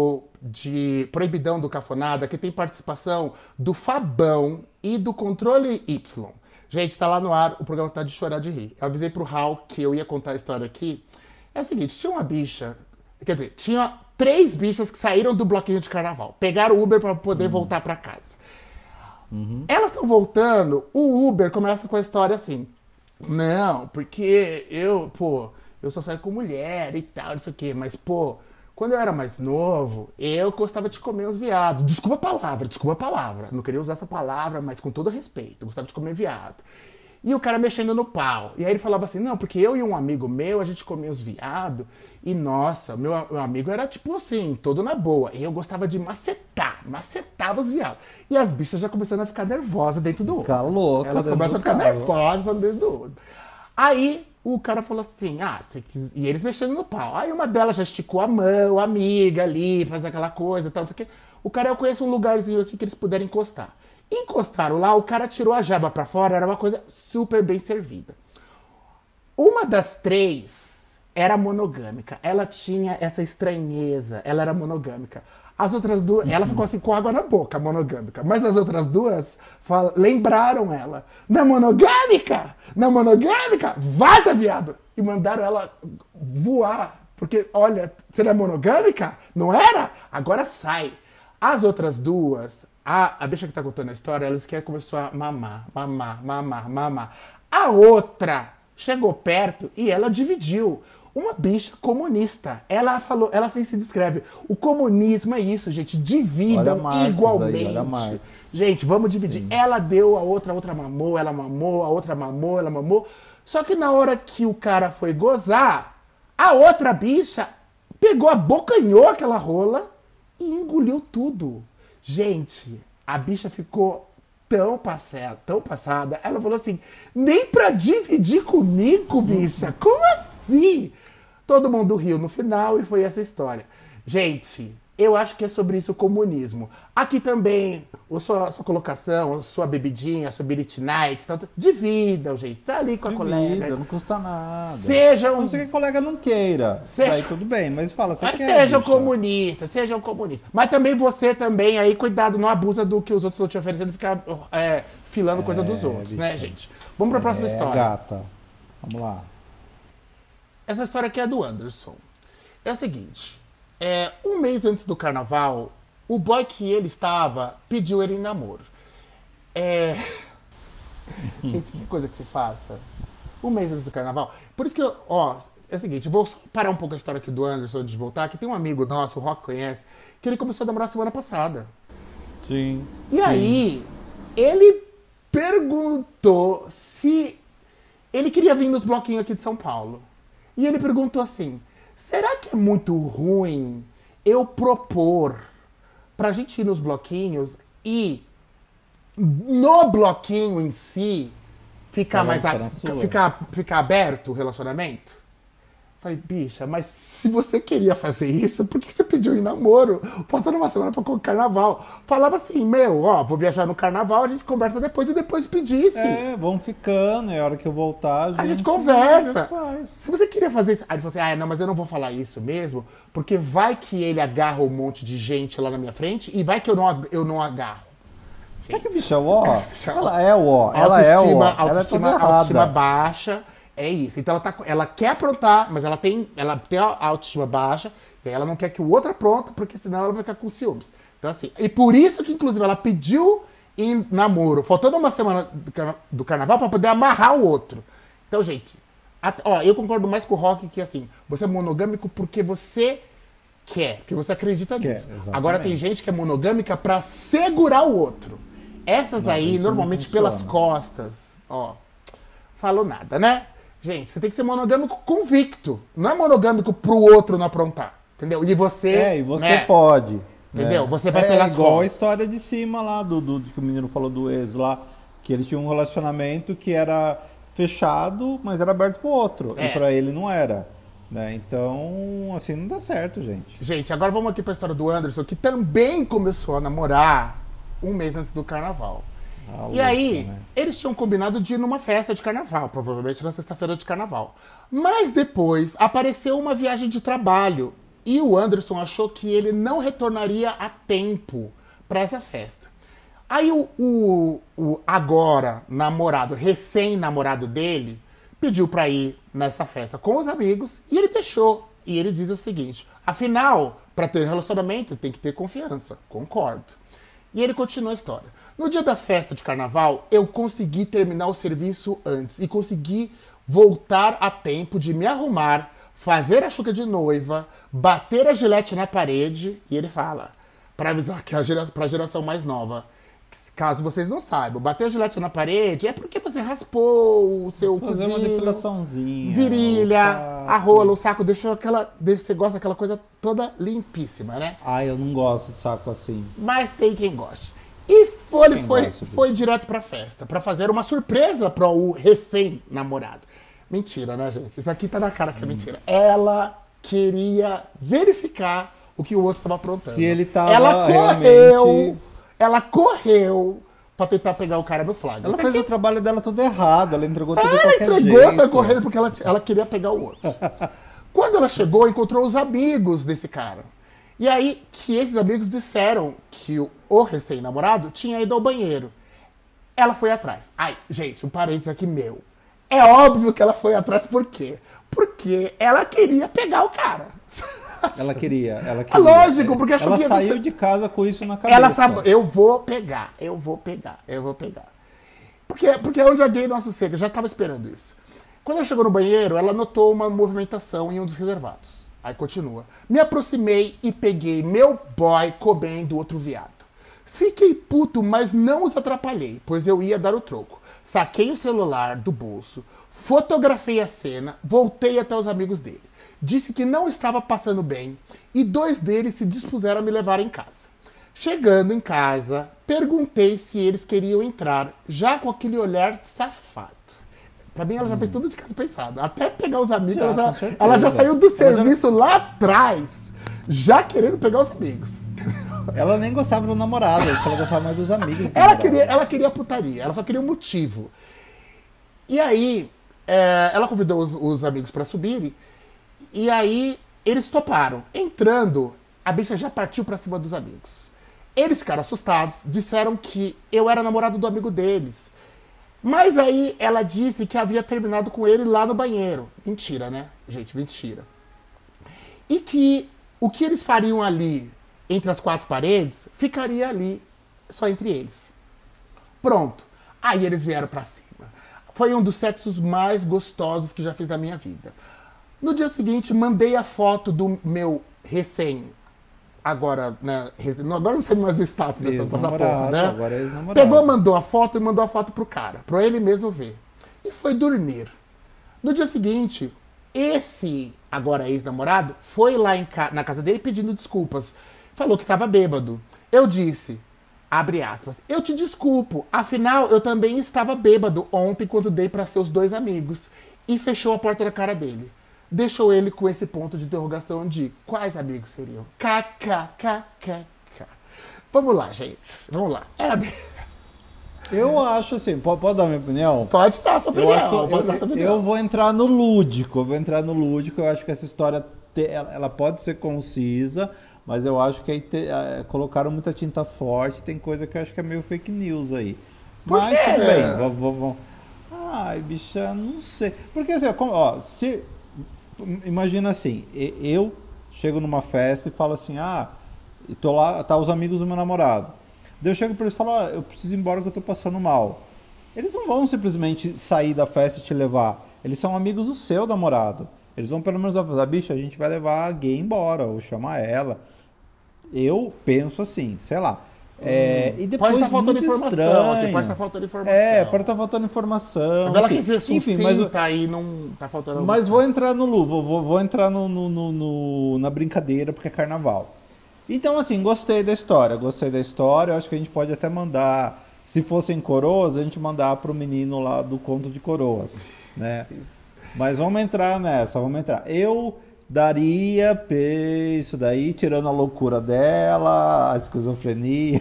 de Proibidão do Cafonada, que tem participação do Fabão e do Controle Y. Gente, tá lá no ar, o programa tá de chorar de rir. Eu avisei pro Raul que eu ia contar a história aqui. É o seguinte, tinha uma bicha, quer dizer, tinha 3 bichas que saíram do bloquinho de carnaval. Pegaram o Uber pra poder voltar pra casa. Elas estão voltando, o Uber começa com a história assim. Não, porque eu só saio com mulher e tal, não sei o quê. Mas, quando eu era mais novo, eu gostava de comer uns viados. Desculpa a palavra. Não queria usar essa palavra, mas com todo respeito. Eu gostava de comer viado. E o cara mexendo no pau. E aí ele falava assim, não, porque eu e um amigo meu, a gente comia os viados. E, nossa, meu amigo era tipo assim, todo na boa. E eu gostava de macetava os viados. E as bichas já começando a ficar nervosas dentro do outro. Ficar louca Elas dentro começam a do ficar carro. nervosas dentro do outro. Aí o cara falou assim, e eles mexendo no pau. Aí uma delas já esticou a mão, a amiga ali, faz aquela coisa e tal, não sei o quê. O cara, eu conheço um lugarzinho aqui que eles puderem encostar. Encostaram lá, o cara tirou a jaba pra fora, era uma coisa super bem servida. Uma das 3 era monogâmica. Ela tinha essa estranheza, ela era monogâmica. As outras 2, ela ficou assim com água na boca, monogâmica. Mas as outras 2 lembraram ela. Na monogâmica, vaza, viado! E mandaram ela voar. Porque, olha, você não é monogâmica? Não era? Agora sai. As outras 2, a bicha que tá contando a história, elas querem começar a mamar. A outra chegou perto e ela dividiu. Uma bicha comunista. Ela falou, ela assim se descreve. O comunismo é isso, gente. Dividam Olha Marx igualmente. aí, olha Marx. Gente, vamos dividir. Ela deu, a outra mamou, ela mamou, a outra mamou, ela mamou. Só que na hora que o cara foi gozar, a outra bicha pegou, abocanhou aquela rola e engoliu tudo. Gente, a bicha ficou tão passada. Ela falou assim, nem pra dividir comigo, bicha? Como assim? Todo mundo riu no final e foi essa história. Gente, eu acho que é sobre isso o comunismo. Aqui também, a sua colocação, a sua bebidinha, a sua Billie Night, tanto, dividam, gente. Tá ali com a colega. Não custa nada. Sejam... Não sei que a colega não queira. Daí tudo bem, mas fala, você Mas quer, sejam bicha? sejam comunistas. Mas também você também, aí, cuidado, não abusa do que os outros estão te oferecendo, ficar filando coisa dos outros, né, gente? Vamos pra próxima história. Gata. Vamos lá. Essa história aqui é do Anderson. É o seguinte, um mês antes do carnaval, o boy que ele estava pediu ele em namoro. Gente, que coisa que se faça. Um mês antes do carnaval. Por isso que é o seguinte, eu vou parar um pouco a história aqui do Anderson antes de voltar, que tem um amigo nosso, o Rock conhece, que ele começou a namorar semana passada. Sim. E aí, ele perguntou se ele queria vir nos bloquinhos aqui de São Paulo. E ele perguntou assim, será que é muito ruim eu propor pra gente ir nos bloquinhos e no bloquinho em si ficar ficar aberto o relacionamento? Falei, bicha, mas se você queria fazer isso, por que você pediu em namoro? Faltando uma semana pra carnaval. Falava assim, vou viajar no carnaval, a gente conversa depois e depois pedisse. Vamos ficando, e a hora que eu voltar, a gente conversa. Faz. Se você queria fazer isso. Aí ele falou assim, não, mas eu não vou falar isso mesmo, porque vai que ele agarra um monte de gente lá na minha frente e vai que eu não agarro. É que, bicha, ela é o ó. Ela é o ó. Autoestima baixa. É isso. Então ela quer aprontar, mas ela tem a autoestima baixa, e aí ela não quer que o outro apronte, porque senão ela vai ficar com ciúmes. Então assim, e por isso que inclusive ela pediu em namoro, faltando uma semana do carnaval pra poder amarrar o outro. Então, gente, eu concordo mais com o Rock que assim, você é monogâmico porque você quer, porque você acredita nisso. Exatamente. Agora tem gente que é monogâmica pra segurar o outro. Essas aí, normalmente pelas costas, falou nada, né? Gente, você tem que ser monogâmico convicto. Não é monogâmico pro outro não aprontar. Entendeu? E você... e você pode. Entendeu? Você vai pelas igual costas. A história de cima lá, que o menino falou do ex lá, que eles tinham um relacionamento que era fechado, mas era aberto pro outro. E pra ele não era. Né? Então, assim, não dá certo, gente. Gente, agora vamos aqui pra história do Anderson, que também começou a namorar um mês antes do carnaval. E aí, eles tinham combinado de ir numa festa de carnaval, provavelmente na sexta-feira de carnaval. Mas depois apareceu uma viagem de trabalho e o Anderson achou que ele não retornaria a tempo para essa festa. Aí o agora namorado, recém-namorado dele, pediu para ir nessa festa com os amigos e ele deixou. E ele diz o seguinte, afinal, para ter relacionamento tem que ter confiança. Concordo. E ele continua a história. No dia da festa de carnaval, eu consegui terminar o serviço antes e consegui voltar a tempo de me arrumar, fazer a chuca de noiva, bater a gilete na parede. E ele fala, para avisar que para a geração mais nova, caso vocês não saibam, bater a gilete na parede é porque você raspou o seu cozinho, fazer uma depilaçãozinha, virilha, a rola, o saco, deixou você gosta daquela coisa toda limpíssima, né? Eu não gosto de saco assim. Mas tem quem goste. E foi direto pra festa, pra fazer uma surpresa para o recém-namorado. Mentira, né, gente? Isso aqui tá na cara que é mentira. Ela queria verificar o que o outro estava aprontando. Se ele tava Ela correu pra tentar pegar o cara no flagra. Ela fez o trabalho dela tudo errado, ela entregou tudo de qualquer jeito. Ela entregou, saiu correndo porque ela queria pegar o outro. Quando ela chegou, encontrou os amigos desse cara. E aí, que esses amigos disseram que o recém-namorado tinha ido ao banheiro. Ela foi atrás. Gente, um parênteses aqui meu. É óbvio que ela foi atrás, por quê? Porque ela queria pegar o cara. Ela queria. É lógico, porque achou que... Ela saiu de casa com isso na cabeça. Ela sabe, eu vou pegar. Porque é onde a gay não sossega, já estava esperando isso. Quando ela chegou no banheiro, ela notou uma movimentação em um dos reservados. Aí continua. Me aproximei e peguei meu boy comendo outro viado. Fiquei puto, mas não os atrapalhei, pois eu ia dar o troco. Saquei o celular do bolso, fotografei a cena, voltei até os amigos dele. Disse que não estava passando bem e 2 deles se dispuseram a me levar em casa. Chegando em casa, perguntei se eles queriam entrar, já com aquele olhar safado. Pra mim, ela já fez tudo de casa pensado. Até pegar os amigos, ela já saiu do serviço lá atrás, já querendo pegar os amigos. Ela nem gostava do namorado, ela gostava mais dos amigos. Ela queria putaria, ela só queria um motivo. E aí, ela convidou os amigos pra subirem, e aí eles toparam. Entrando, a bicha já partiu pra cima dos amigos. Eles ficaram assustados, disseram que eu era namorado do amigo deles. Mas aí ela disse que havia terminado com ele lá no banheiro. Mentira, né? Gente, mentira. E que o que eles fariam ali, entre as quatro paredes, ficaria ali, só entre eles. Pronto. Aí eles vieram pra cima. Foi um dos sexos mais gostosos que já fiz na minha vida. No dia seguinte, mandei a foto do meu agora, né? Agora não sei mais o status dessa porra, né? Agora é ex-namorado. Pegou, mandou a foto e mandou a foto pro cara, pra ele mesmo ver. E foi dormir. No dia seguinte, esse agora ex-namorado foi lá na casa dele pedindo desculpas. Falou que tava bêbado. Eu disse, abre aspas, eu te desculpo, afinal eu também estava bêbado ontem quando dei para seus dois amigos. E fechou a porta na cara dele. Deixou ele com esse ponto de interrogação de quais amigos seriam. KKKKK. Vamos lá, gente. Vamos lá. Eu acho assim, pode dar minha opinião? Pode dar sua opinião. Eu vou entrar no lúdico. Eu acho que essa história ela pode ser concisa, mas eu acho que aí colocaram muita tinta forte. Tem coisa que eu acho que é meio fake news aí. Mas tudo bem. Vamos. Ai, bicha, não sei. Porque assim, imagina assim, eu chego numa festa e falo assim, e tô lá, tá os amigos do meu namorado. Daí eu chego pra eles e falo, eu preciso ir embora que eu tô passando mal. Eles não vão simplesmente sair da festa e te levar. Eles são amigos do seu namorado. Eles vão pelo menos avisar, bicha, a gente vai levar a gay embora, ou chamar ela. Eu penso assim, sei lá. E depois pode estar faltando informação aqui, pode estar faltando informação. Pode estar faltando informação. Ela assim, quer dizer, enfim, mas aí não tá faltando. Mas vou entrar no vou entrar na brincadeira porque é carnaval. Então assim, gostei da história. Eu acho que a gente pode até mandar, se fossem coroas, a gente mandar pro menino lá do Conto de Coroas, né? Mas vamos entrar. Eu daria isso daí, tirando a loucura dela, a esquizofrenia.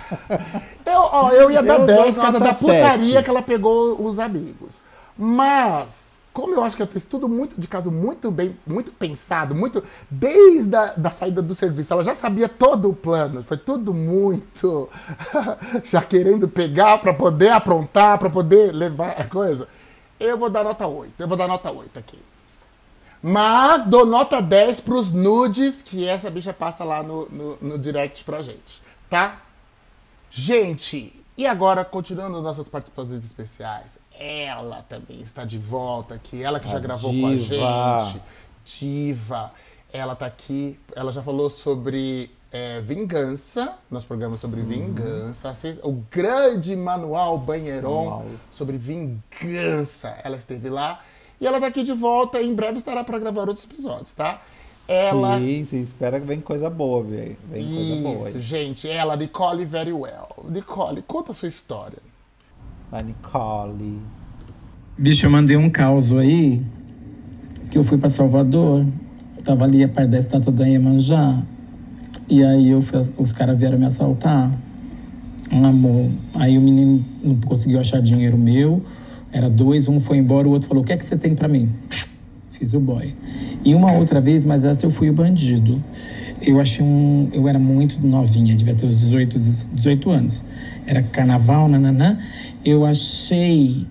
Eu ia dar 10 por causa da 7. putaria que ela pegou os amigos. Mas, como eu acho que ela fez tudo muito de caso muito bem, muito pensado, desde da saída do serviço, ela já sabia todo o plano, foi tudo muito já querendo pegar pra poder aprontar, pra poder levar a coisa. Eu vou dar nota 8. Eu vou dar nota 8 aqui. Mas dou nota 10 pros nudes que essa bicha passa lá no direct pra gente, tá? Gente, e agora, continuando nossas participações especiais, ela também está de volta aqui, ela que já gravou com a gente, Diva. Ela tá aqui, ela já falou sobre vingança, nosso programa sobre vingança, o grande manual Banheiron sobre vingança, ela esteve lá. E ela tá aqui de volta e em breve estará para gravar outros episódios, tá? Sim, espera que vem coisa boa, velho. Coisa boa. Isso, gente, ela, Nicole Very Well. Nicole, conta a sua história. A Nicole. Bicho, eu mandei um caos aí, que eu fui pra Salvador, tava ali a perto da estátua da Iemanjá, e aí os caras vieram me assaltar. Amor, aí o menino não conseguiu achar dinheiro meu. Era 2, um foi embora, o outro falou, o que é que você tem pra mim? Fiz o boy. E uma outra vez, mas essa eu fui o bandido. Eu era muito novinha, devia ter uns 18 anos. Era carnaval, nananã. Eu achei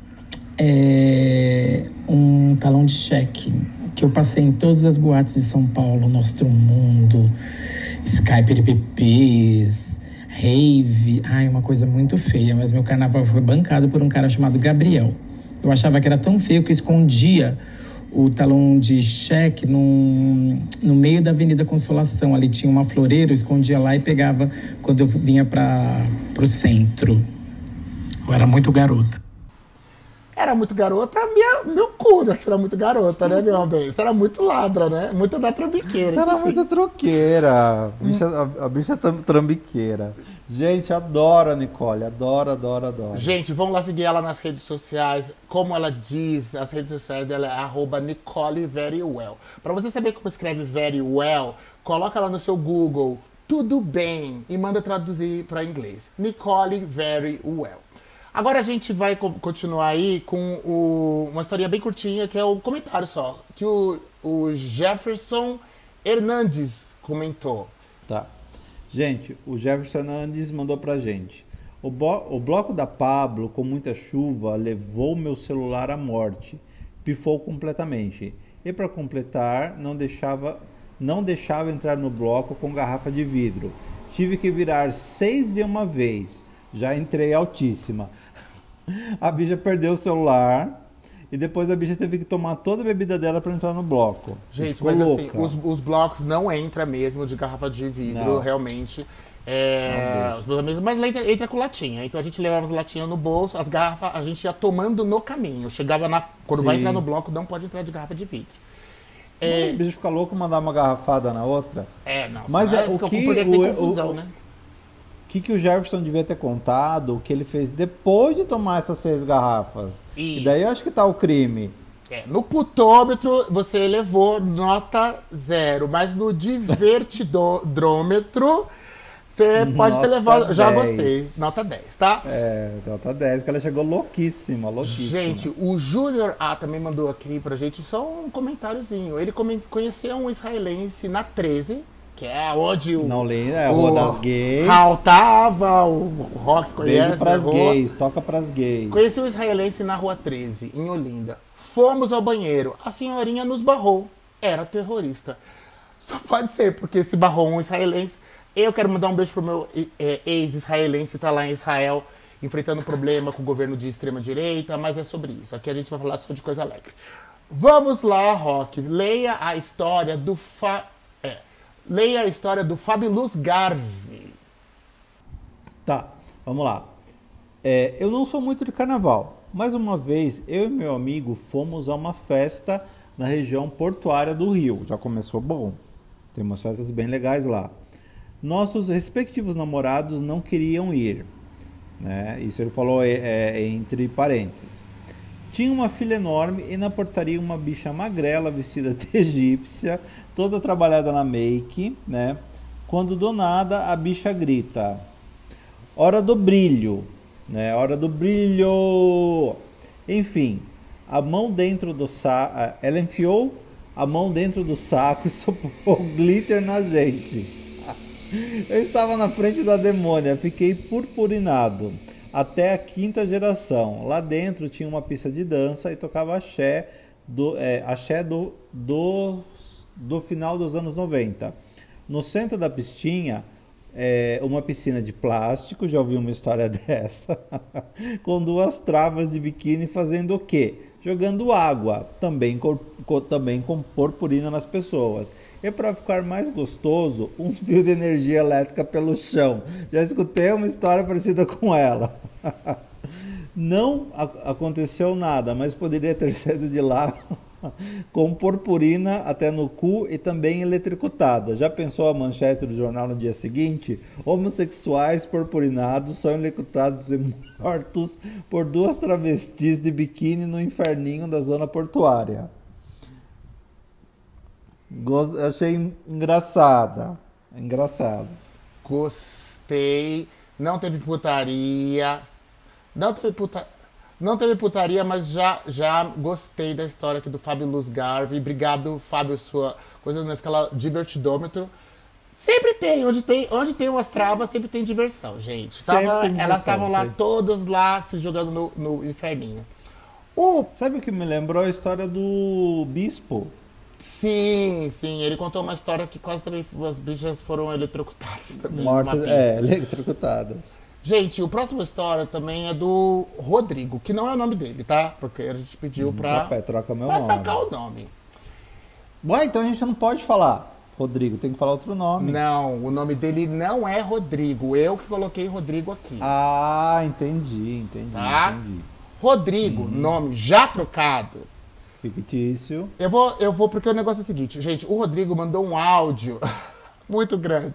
um talão de cheque, que eu passei em todas as boates de São Paulo, Nostro Mundo, Sky PPPs, rave. Uma coisa muito feia, mas meu carnaval foi bancado por um cara chamado Gabriel. Eu achava que era tão feio que eu escondia o talão de cheque no meio da Avenida Consolação. Ali tinha uma floreira, eu escondia lá e pegava quando eu vinha pro centro. Eu era muito garota. Era muito garota, meu cu, né? Você era muito garota, né, meu bem? Você era muito ladra, né? Muito da trambiqueira. Você era muito troqueira. A bicha trambiqueira. Gente, adoro a Nicole. Adoro. Gente, vão lá seguir ela nas redes sociais. Como ela diz, as redes sociais dela é @NicoleVeryWell. Pra você saber como escreve Very Well, coloca lá no seu Google, tudo bem, e manda traduzir pra inglês. Nicole Very Well. Agora a gente vai continuar aí com uma historinha bem curtinha, que é o comentário só, que o Jefferson Hernandes comentou. Tá. Gente, o Jefferson Hernandes mandou pra gente. O bloco da Pablo, com muita chuva, levou meu celular à morte. Pifou completamente. E para completar, não deixava entrar no bloco com garrafa de vidro. Tive que virar 6 de uma vez. Já entrei altíssima. A bicha perdeu o celular e depois a bicha teve que tomar toda a bebida dela para entrar no bloco. Gente, ficou mas louca. assim, os blocos não entram mesmo de garrafa de vidro, Não. realmente. Não Os meus amigos, mas entra com latinha. Então a gente levava as latinhas no bolso, as garrafas a gente ia tomando no caminho. Quando vai Sim. entrar no bloco, não pode entrar de garrafa de vidro. O bicho fica louco mandar uma garrafada na outra. Não. Mas senão é, fica o que poderia ter confusão, né? O que o Jefferson devia ter contado, o que ele fez depois de tomar essas 6 garrafas. Isso. E daí eu acho que tá o crime. No putômetro você elevou nota 0, mas no divertidômetro você pode ter Nota levado. Já 10. gostei. Nota 10, tá? Nota 10, que ela chegou louquíssima. Gente, o Júnior A também mandou aqui pra gente só um comentáriozinho. Ele conheceu um israelense na 13, que é onde o. Não li, a Rua das Gays. Raul tava, o Rock conhece. Beijo pras a rua. gays, toca pras gays. Conheci um israelense na Rua 13, em Olinda. Fomos ao banheiro. A senhorinha nos barrou. Era terrorista. Só pode ser, porque se barrou um israelense. Eu quero mandar um beijo pro meu ex-israelense, tá lá em Israel, enfrentando problema com o governo de extrema-direita, mas é sobre isso. Aqui a gente vai falar só de coisa alegre. Vamos lá, Rock. Leia a história do Fabulous Garvey. Tá, vamos lá. Eu não sou muito de carnaval, mas uma vez eu e meu amigo fomos a uma festa na região portuária do Rio. Já começou bom. Tem umas festas bem legais lá. Nossos respectivos namorados não queriam ir, né? Isso ele falou entre parênteses. Tinha uma filha enorme e na portaria uma bicha magrela vestida de egípcia, toda trabalhada na make, né? Quando do nada a bicha grita: hora do brilho, né? Hora do brilho. Enfim, a mão dentro do saco, ela enfiou a mão dentro do saco e soprou glitter na gente. Eu estava na frente da demônia, fiquei purpurinado. Até a 5ª geração. Lá dentro tinha uma pista de dança e tocava axé do final dos anos 90. No centro da pistinha, uma piscina de plástico, já ouvi uma história dessa, com 2 travas de biquíni fazendo o quê? Jogando água, também com purpurina nas pessoas. E para ficar mais gostoso, um fio de energia elétrica pelo chão. Já escutei uma história parecida com ela. Não aconteceu nada, mas poderia ter saído de lá com purpurina até no cu e também eletrocutada. Já pensou a manchete do jornal no dia seguinte? Homossexuais purpurinados são eletrocutados e mortos por 2 travestis de biquíni no inferninho da zona portuária. Achei engraçada. Engraçado. Gostei. Não teve putaria. Não teve putaria, mas já gostei da história aqui do Fabulous Garvey. Obrigado, Fábio, sua coisa na escala divertidômetro. Sempre tem, onde tem umas travas, sempre tem diversão, gente. Elas estavam lá, todas lá, se jogando no inferninho. Sabe o que me lembrou? A história do Bispo. Sim, ele contou uma história que quase também as bichas foram eletrocutadas também. Mortas, eletrocutadas. Gente, o próximo história também é do Rodrigo, que não é o nome dele, tá? Porque a gente pediu pra troca meu nome. trocar o nome. Ué, então a gente não pode falar Rodrigo, tem que falar outro nome. Não, o nome dele não é Rodrigo. Eu que coloquei Rodrigo aqui. Ah, entendi. Tá? Rodrigo, nome já trocado. Fictício. Eu vou porque o negócio é o seguinte, gente, o Rodrigo mandou um áudio muito grande.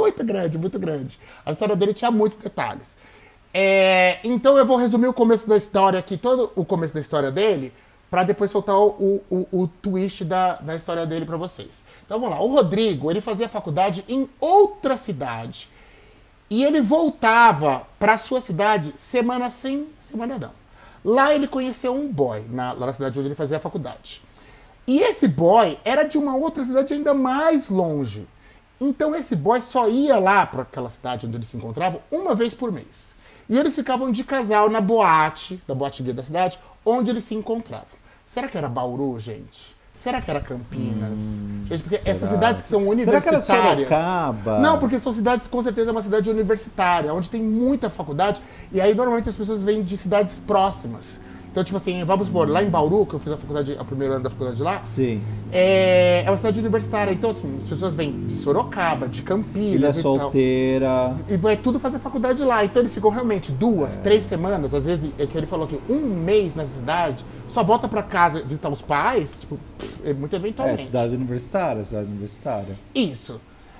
A história dele tinha muitos detalhes. Então eu vou resumir o começo da história aqui, todo o começo da história dele, para depois soltar o twist da história dele para vocês. Então vamos lá, o Rodrigo, ele fazia faculdade em outra cidade. E ele voltava para sua cidade semana sim, semana não. Lá ele conheceu um boy, lá na cidade onde ele fazia a faculdade. E esse boy era de uma outra cidade ainda mais longe. Então esse boy só ia lá para aquela cidade onde ele se encontrava uma vez por mês. E eles ficavam de casal na boate, da boate gay da cidade, onde eles se encontravam. Será que era Bauru, gente? Será que era Campinas? Gente, porque essas cidades que são universitárias... Será que era Sorocaba? Não, porque são cidades, com certeza, é uma cidade universitária, onde tem muita faculdade, e aí normalmente as pessoas vêm de cidades próximas. Então, tipo assim, vamos supor, lá em Bauru, que eu fiz a faculdade, o primeiro ano da faculdade lá, Sim. é uma cidade universitária. Então, assim, as pessoas vêm de Sorocaba, de Campinas Ilha Solteira. e vai tudo fazer faculdade lá. Então eles ficam realmente 2, 3 semanas, às vezes, é que ele falou que 1 mês nessa cidade, só volta pra casa visitar os pais, tipo, muito eventualmente. Cidade universitária. Isso.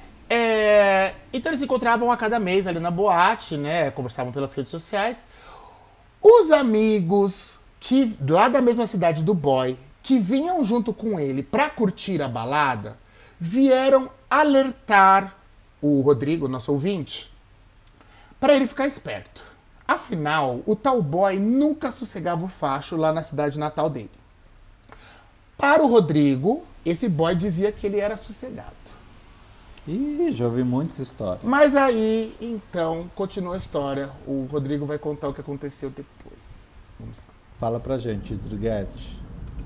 Então eles se encontravam a cada mês ali na boate, né? Conversavam pelas redes sociais. Os amigos que lá da mesma cidade do boy, que vinham junto com ele pra curtir a balada, vieram alertar o Rodrigo, nosso ouvinte, para ele ficar esperto. Afinal, o tal boy nunca sossegava o facho lá na cidade natal dele. Para o Rodrigo, esse boy dizia que ele era sossegado. Ih, já ouvi muitas histórias. Mas aí, então, continua a história. O Rodrigo vai contar o que aconteceu depois. Vamos lá. Fala pra gente, Driguete.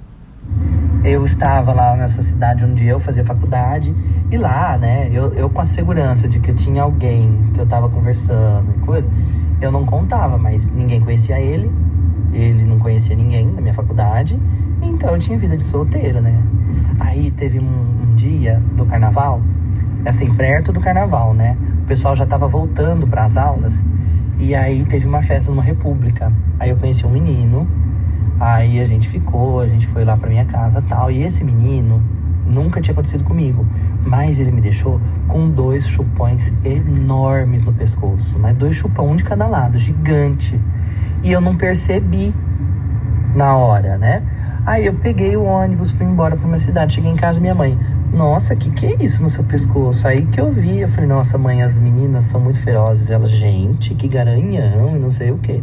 Eu estava lá nessa cidade onde eu fazia faculdade. E lá, né, eu com a segurança de que eu tinha alguém que eu tava conversando e coisa, eu não contava, mas ninguém conhecia ele. Ele não conhecia ninguém da minha faculdade. Então eu tinha vida de solteiro, né? Aí teve um dia do carnaval, assim, perto do carnaval, né? O pessoal já tava voltando para as aulas. E aí teve uma festa numa república. Aí eu conheci um menino. Aí a gente foi lá pra minha casa e tal. E esse menino nunca tinha acontecido comigo. Mas ele me deixou com 2 chupões enormes no pescoço. Mas 2 chupões, um de cada lado, gigante. E eu não percebi na hora, né? Aí eu peguei o ônibus, fui embora pra minha cidade. Cheguei em casa, minha mãe: nossa, que é isso no seu pescoço? Aí que eu vi, eu falei: nossa, mãe, as meninas são muito ferozes. Ela: gente, que garanhão e não sei o quê.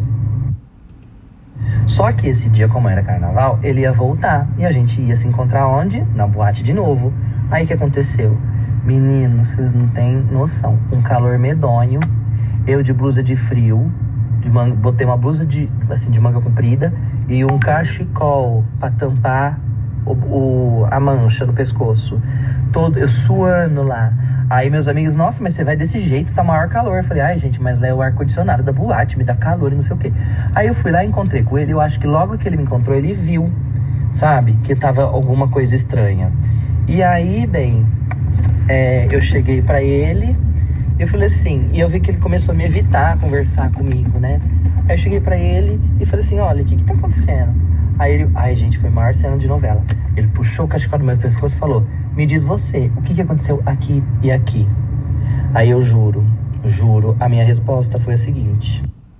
Só que esse dia, como era carnaval, ele ia voltar. E a gente ia se encontrar onde? Na boate de novo. Aí o que aconteceu? Menino, vocês não têm noção. Um calor medonho. Eu de blusa de frio. Botei uma blusa de manga comprida e um cachecol pra tampar a mancha no pescoço. Eu suando lá. Aí meus amigos: nossa, mas você vai desse jeito, tá maior calor. Eu falei: ai, gente, mas lá é o ar-condicionado da boate, me dá calor e não sei o quê. Aí eu fui lá e encontrei com ele. Eu acho que logo que ele me encontrou, ele viu, sabe, que tava alguma coisa estranha. E aí, bem, eu cheguei pra ele, eu falei assim, e eu vi que ele começou a me evitar conversar comigo, né? Aí eu cheguei pra ele e falei assim: olha, o que tá acontecendo? Aí ele: ai, gente, foi a maior cena de novela. Ele puxou o cachecol do meu pescoço e falou: me diz você, o que aconteceu aqui e aqui? Aí eu juro, a minha resposta foi a seguinte: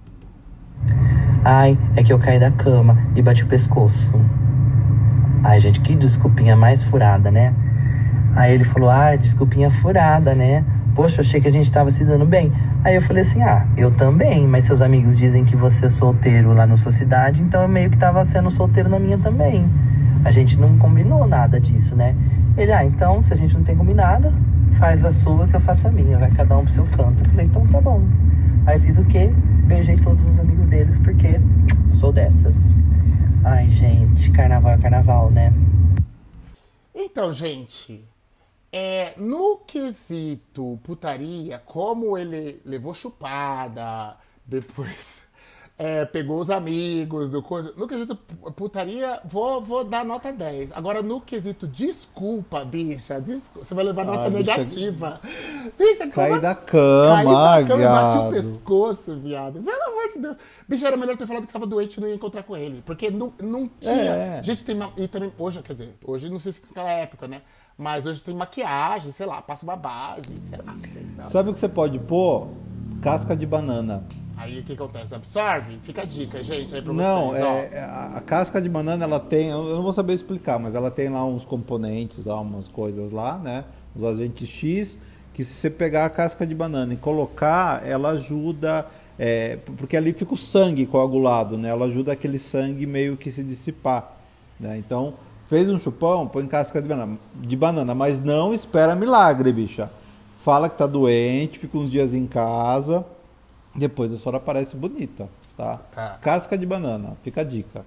ai, é que eu caí da cama e bati o pescoço. Ai, gente, que desculpinha mais furada, né? Aí ele falou: ah, desculpinha furada, né? Poxa, eu achei que a gente tava se dando bem. Aí eu falei assim: ah, eu também, mas seus amigos dizem que você é solteiro lá na sua cidade, então eu meio que tava sendo solteiro na minha também. A gente não combinou nada disso, né? Ele: ah, então, se a gente não tem combinado, faz a sua que eu faço a minha, vai cada um pro seu canto. Eu falei: então tá bom. Aí fiz o quê? Beijei todos os amigos deles, porque sou dessas. Ai, gente, carnaval é carnaval, né? Então, gente, no quesito putaria, como ele levou chupada, depois pegou os amigos, no quesito putaria, vou dar nota 10. Agora, no quesito desculpa, bicha, você vai levar nota negativa. Bicha, Caí da cama, e bati o pescoço, viado. Pelo amor de Deus. Bicho, era melhor ter falado que tava doente e não ia encontrar com ele. Porque não tinha. Gente, e também, hoje, quer dizer, hoje não sei se naquela época, né? Mas hoje tem maquiagem, sei lá, passa uma base, sei lá. Sabe o que você pode pôr? Casca de banana. Aí o que acontece? Absorve? Fica a dica, gente, aí pra vocês. Não, a casca de banana, ela tem, eu não vou saber explicar, mas ela tem lá uns componentes, lá umas coisas lá, né? Os agentes X, que se você pegar a casca de banana e colocar, ela ajuda, porque ali fica o sangue coagulado, né? Ela ajuda aquele sangue meio que se dissipar, né? Então, fez um chupão, põe casca de banana, mas não espera milagre, bicha. Fala que tá doente, fica uns dias em casa. Depois a senhora parece bonita, tá? Tá. Casca de banana, fica a dica.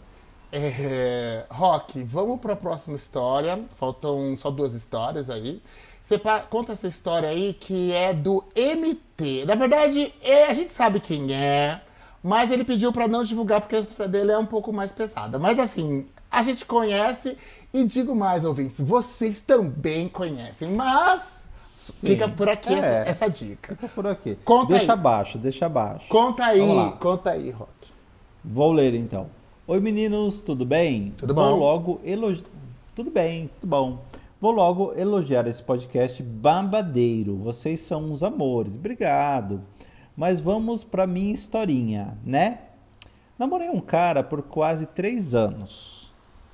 Rock, vamos para a próxima história. Faltam só 2 histórias aí. Você conta essa história aí que é do MT. Na verdade, a gente sabe quem é, mas ele pediu para não divulgar porque a história dele é um pouco mais pesada. Mas assim, a gente conhece e digo mais, ouvintes, vocês também conhecem. Mas fica por aqui essa dica. Fica por aqui. Deixa abaixo. Conta aí, Rock. Vou ler então. Oi meninos, tudo bem? Tudo bom? Tudo bem, tudo bom. Vou logo elogiar esse podcast babadeiro. Vocês são uns amores. Obrigado. Mas vamos pra minha historinha, né? Namorei um cara por quase 3 anos.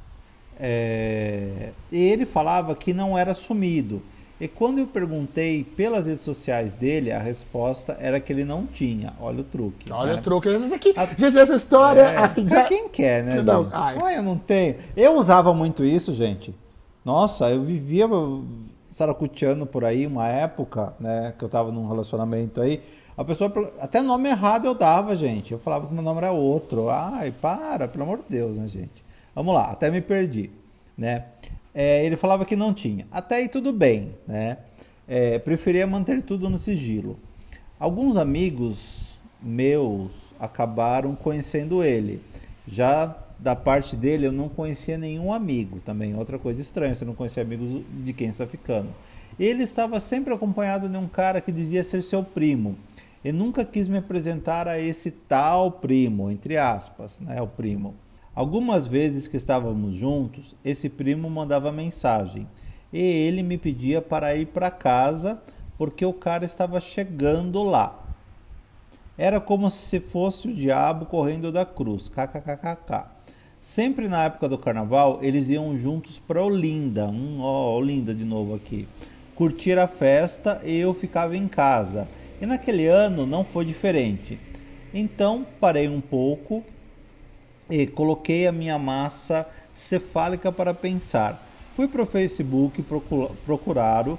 E ele falava que não era sumido. E quando eu perguntei pelas redes sociais dele, a resposta era que ele não tinha. Olha o truque. Olha o truque. Gente, essa história... assim, pra quem quer, né? Não, eu não tenho. Eu usava muito isso, gente. Nossa, eu vivia saracuteando por aí uma época, né? Que eu tava num relacionamento aí. A pessoa... Até nome errado eu dava, gente. Eu falava que meu nome era outro. Ai, pelo amor de Deus, né, gente? Vamos lá, até me perdi, né? Ele falava que não tinha. Até aí tudo bem, né? Preferia manter tudo no sigilo. Alguns amigos meus acabaram conhecendo ele. Já da parte dele eu não conhecia nenhum amigo também. Outra coisa estranha, você não conhecia amigos de quem está ficando. Ele estava sempre acompanhado de um cara que dizia ser seu primo. E nunca quis me apresentar a esse tal primo, entre aspas, né? O primo. Algumas vezes que estávamos juntos, esse primo mandava mensagem e ele me pedia para ir para casa porque o cara estava chegando lá. Era como se fosse o diabo correndo da cruz, kkkk. Sempre na época do carnaval, eles iam juntos para Olinda, Olinda de novo aqui, curtir a festa e eu ficava em casa. E naquele ano não foi diferente. Então parei um pouco e coloquei a minha massa cefálica para pensar. Fui para o Facebook procurá-lo,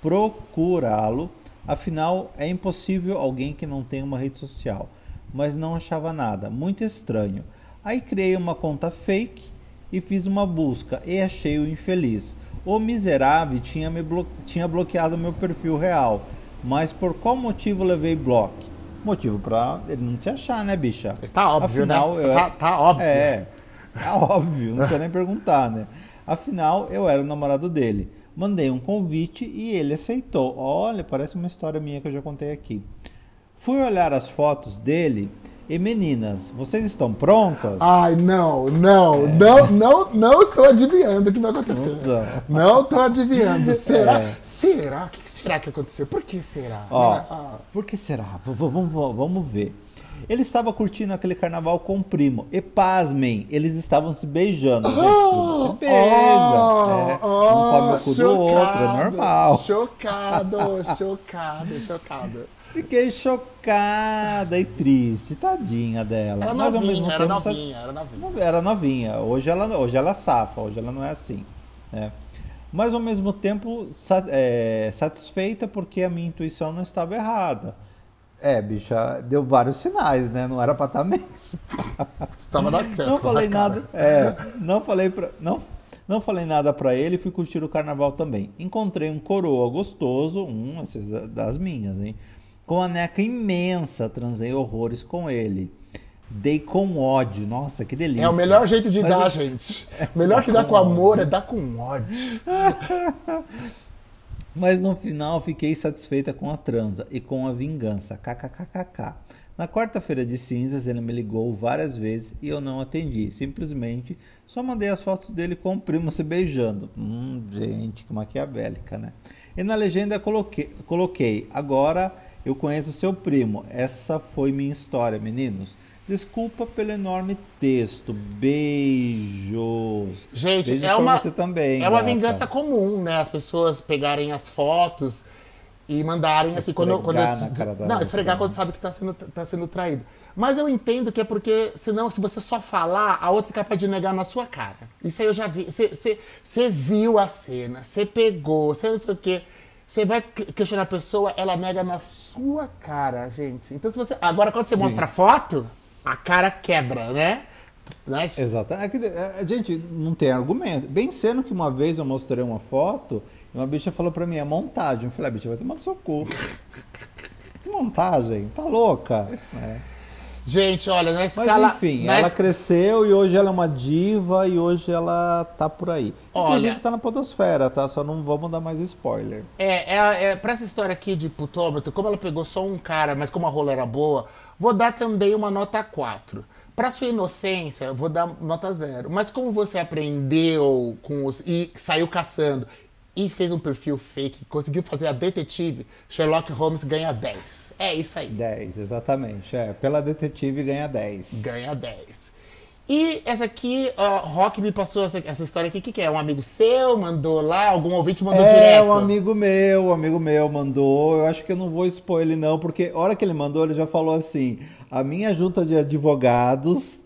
afinal é impossível alguém que não tem uma rede social, mas não achava nada, muito estranho. Aí criei uma conta fake e fiz uma busca e achei o infeliz. O miserável tinha bloqueado meu perfil real, mas por qual motivo levei bloco? Motivo pra ele não te achar, né, bicha? Está óbvio, afinal, né? Tá óbvio. Tá óbvio, não precisa nem perguntar, né? Afinal, eu era o namorado dele. Mandei um convite e ele aceitou. Olha, parece uma história minha que eu já contei aqui. Fui olhar as fotos dele e, meninas, vocês estão prontas? Ai, não estou adivinhando o que vai acontecer. Não estou adivinhando. Será? O que será que aconteceu? Por que será? Por que será? Vamos ver. Ele estava curtindo aquele carnaval com o primo. E pasmem, eles estavam se beijando. Gente, se beija. Um come o cu do outro, é normal. Chocado. Fiquei chocada e triste, tadinha dela. Era mas novinha, ao mesmo tempo, era novinha. Hoje ela safa, hoje ela não é assim, né? Mas ao mesmo tempo satisfeita porque a minha intuição não estava errada. Bicha, deu vários sinais, né? Não era pra estar mesmo. Estava na cama. Não falei nada. Não falei nada pra ele e fui curtir o carnaval também. Encontrei um coroa gostoso, esses das minhas, hein? Com a neca imensa, transei horrores com ele. Dei com ódio. Nossa, que delícia. É o melhor jeito de dar, gente. O melhor que dá com amor é dar com ódio. Mas no final fiquei satisfeita com a transa e com a vingança. KKKKK. Na quarta-feira de cinzas ele me ligou várias vezes e eu não atendi. Simplesmente só mandei as fotos dele com o primo se beijando. Gente, que maquiavélica, né? E na legenda coloquei, agora eu conheço seu primo. Essa foi minha história, meninos. Desculpa pelo enorme texto. Beijos. Gente, Beijos pra você também, uma gata. vingança comum, né? As pessoas pegarem as fotos e mandarem assim esfregar quando sabe que tá sendo traído. Mas eu entendo que é porque, senão, se você só falar, a outra é capaz de negar na sua cara. Isso aí eu já vi. Você viu a cena, você pegou, você não sei o quê. Você vai questionar a pessoa, ela nega na sua cara, gente. Então, se você. Agora, quando você mostra a foto, a cara quebra, né? Exato. Gente, não tem argumento. Bem sendo que uma vez eu mostrei uma foto e uma bicha falou pra mim, é montagem. Eu falei, bicha, vai tomar no seu cu. Que montagem? Tá louca? Gente, olha, na escala... Mas enfim, ela cresceu e hoje ela é uma diva e hoje ela tá por aí. Inclusive tá na podosfera, tá? Só não vamos dar mais spoiler. Pra essa história aqui de putômetro, como ela pegou só um cara, mas como a rola era boa, vou dar também uma nota 4. Pra sua inocência, eu vou dar nota 0. Mas como você aprendeu e saiu caçando e fez um perfil fake, conseguiu fazer a detetive, Sherlock Holmes ganha 10. É isso aí. 10, exatamente. Pela detetive ganha 10. Ganha 10. E essa aqui, Rock me passou essa história aqui. O que é? Um amigo seu mandou lá? Algum ouvinte mandou direto? Um amigo meu mandou. Eu acho que eu não vou expor ele não, porque a hora que ele mandou, ele já falou assim, a minha junta de advogados...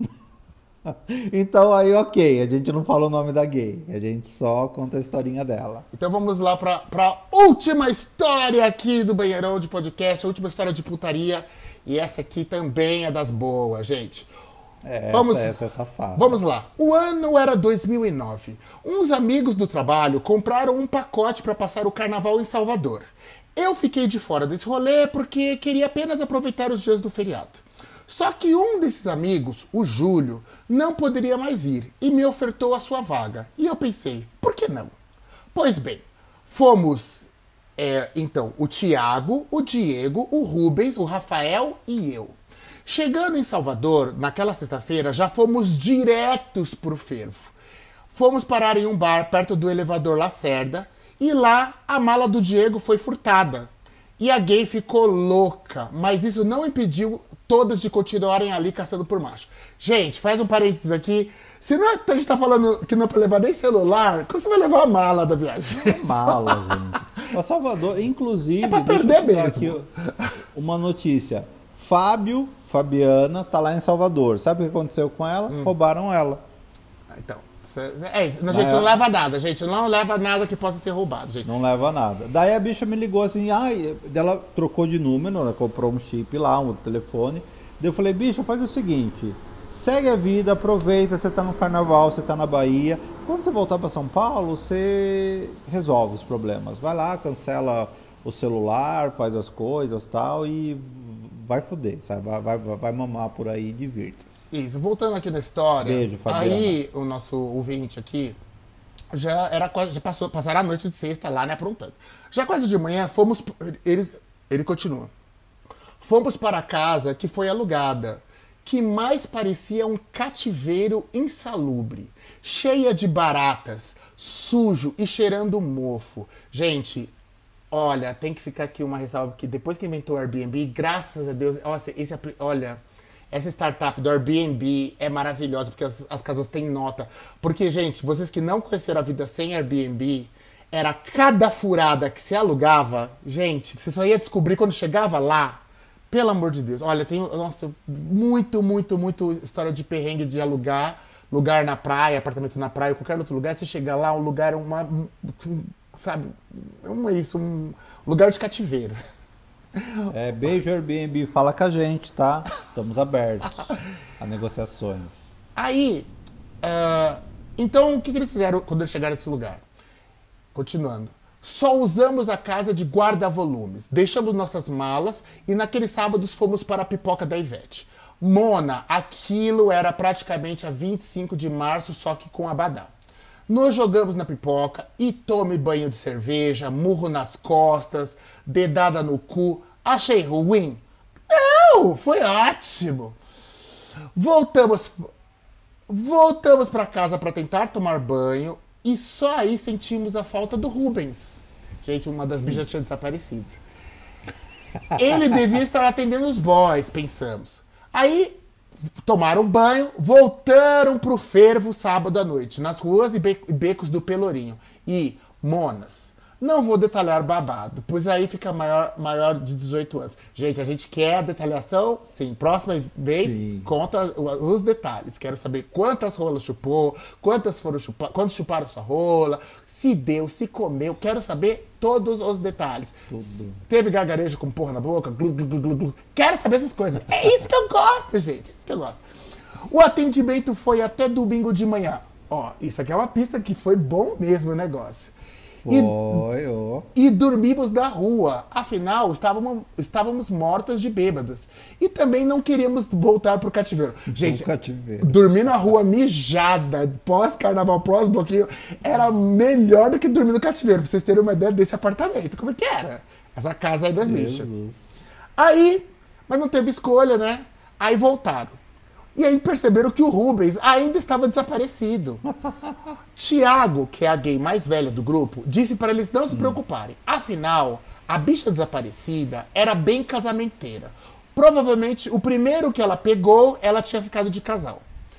Então aí, ok, a gente não fala o nome da gay, a gente só conta a historinha dela. Então vamos lá pra última história aqui do Banheirão de Podcast, a última história de putaria. E essa aqui também é das boas, gente. Essa é safada. Vamos lá. O ano era 2009. Uns amigos do trabalho compraram um pacote para passar o carnaval em Salvador. Eu fiquei de fora desse rolê porque queria apenas aproveitar os dias do feriado. Só que um desses amigos, o Júlio, não poderia mais ir e me ofertou a sua vaga. E eu pensei, por que não? Pois bem, fomos, então, o Tiago, o Diego, o Rubens, o Rafael e eu. Chegando em Salvador, naquela sexta-feira, já fomos diretos pro fervo. Fomos parar em um bar perto do elevador Lacerda e lá a mala do Diego foi furtada. E a gay ficou louca, mas isso não impediu todas de continuarem ali caçando por macho. Gente, faz um parênteses aqui. Se não, a gente tá falando que não é pra levar nem celular, como você vai levar a mala da viagem? Mala, gente. Pra Salvador, inclusive, é pra perder mesmo. Aqui uma notícia. Fabiana tá lá em Salvador. Sabe o que aconteceu com ela? Roubaram ela. Então, a gente não leva nada, gente. Não leva nada que possa ser roubado, gente. Não leva nada. Daí a bicha me ligou assim, ela trocou de número, ela comprou um chip lá, um telefone. Daí eu falei, bicha, faz o seguinte, segue a vida, aproveita, você tá no carnaval, você tá na Bahia. Quando você voltar para São Paulo, você resolve os problemas. Vai lá, cancela o celular, faz as coisas tal e vai foder, sabe? Vai mamar por aí e divirta-se. Isso, voltando aqui na história. Beijo, Fabiana. Aí o nosso ouvinte aqui passaram a noite de sexta lá, né, aprontando. Já quase de manhã, ele continua. Fomos para a casa que foi alugada, que mais parecia um cativeiro insalubre, cheia de baratas, sujo e cheirando mofo. Gente, olha, tem que ficar aqui uma ressalva, porque depois que inventou o Airbnb, graças a Deus, essa startup do Airbnb é maravilhosa, porque as casas têm nota. Porque, gente, vocês que não conheceram a vida sem Airbnb, era cada furada que se alugava, gente, você só ia descobrir quando chegava lá. Pelo amor de Deus. Olha, tem, muito história de perrengue de alugar, lugar na praia, apartamento na praia, qualquer outro lugar. Você chega lá, um lugar, sabe, um lugar de cativeiro. Beijo Airbnb, fala com a gente, tá? Estamos abertos a negociações. Aí, então o que eles fizeram quando eles chegaram nesse lugar? Continuando. Só usamos a casa de guarda-volumes, deixamos nossas malas e naqueles sábados fomos para a pipoca da Ivete. Mona, aquilo era praticamente a 25 de março, só que com abadá. Nos jogamos na pipoca e tome banho de cerveja, murro nas costas, dedada no cu. Achei ruim? Não, foi ótimo. Voltamos para casa para tentar tomar banho e só aí sentimos a falta do Rubens. Gente, uma das bichas tinha desaparecido. Ele devia estar atendendo os boys, pensamos. Aí tomaram banho, voltaram pro fervo sábado à noite, nas ruas e becos do Pelourinho. E, monas, Não vou detalhar babado, pois aí fica maior de 18 anos. Gente, a gente quer a detalhação? Sim. Próxima vez, Sim. conta os detalhes. Quero saber quantas rolas chupou, quantos chuparam sua rola, se deu, se comeu. Quero saber todos os detalhes. Teve gargarejo com porra na boca? Glu, glu, glu, glu, glu. Quero saber essas coisas. É isso que eu gosto, gente. É isso que eu gosto. O atendimento foi até domingo de manhã. Ó, isso aqui é uma pista que foi bom mesmo o negócio. E dormimos na rua. Afinal, estávamos mortas de bêbadas. E também não queríamos voltar pro cativeiro. Gente, dormir na rua mijada, pós-carnaval, pós-bloqueio, era melhor do que dormir no cativeiro. Pra vocês terem uma ideia desse apartamento. Como é que era? Essa casa aí das bichas. Aí, mas não teve escolha, né? Aí voltaram. E aí perceberam que o Rubens ainda estava desaparecido. Tiago, que é a gay mais velha do grupo, disse para eles não se preocuparem. Afinal, a bicha desaparecida era bem casamenteira. Provavelmente, o primeiro que ela pegou, ela tinha ficado de casal.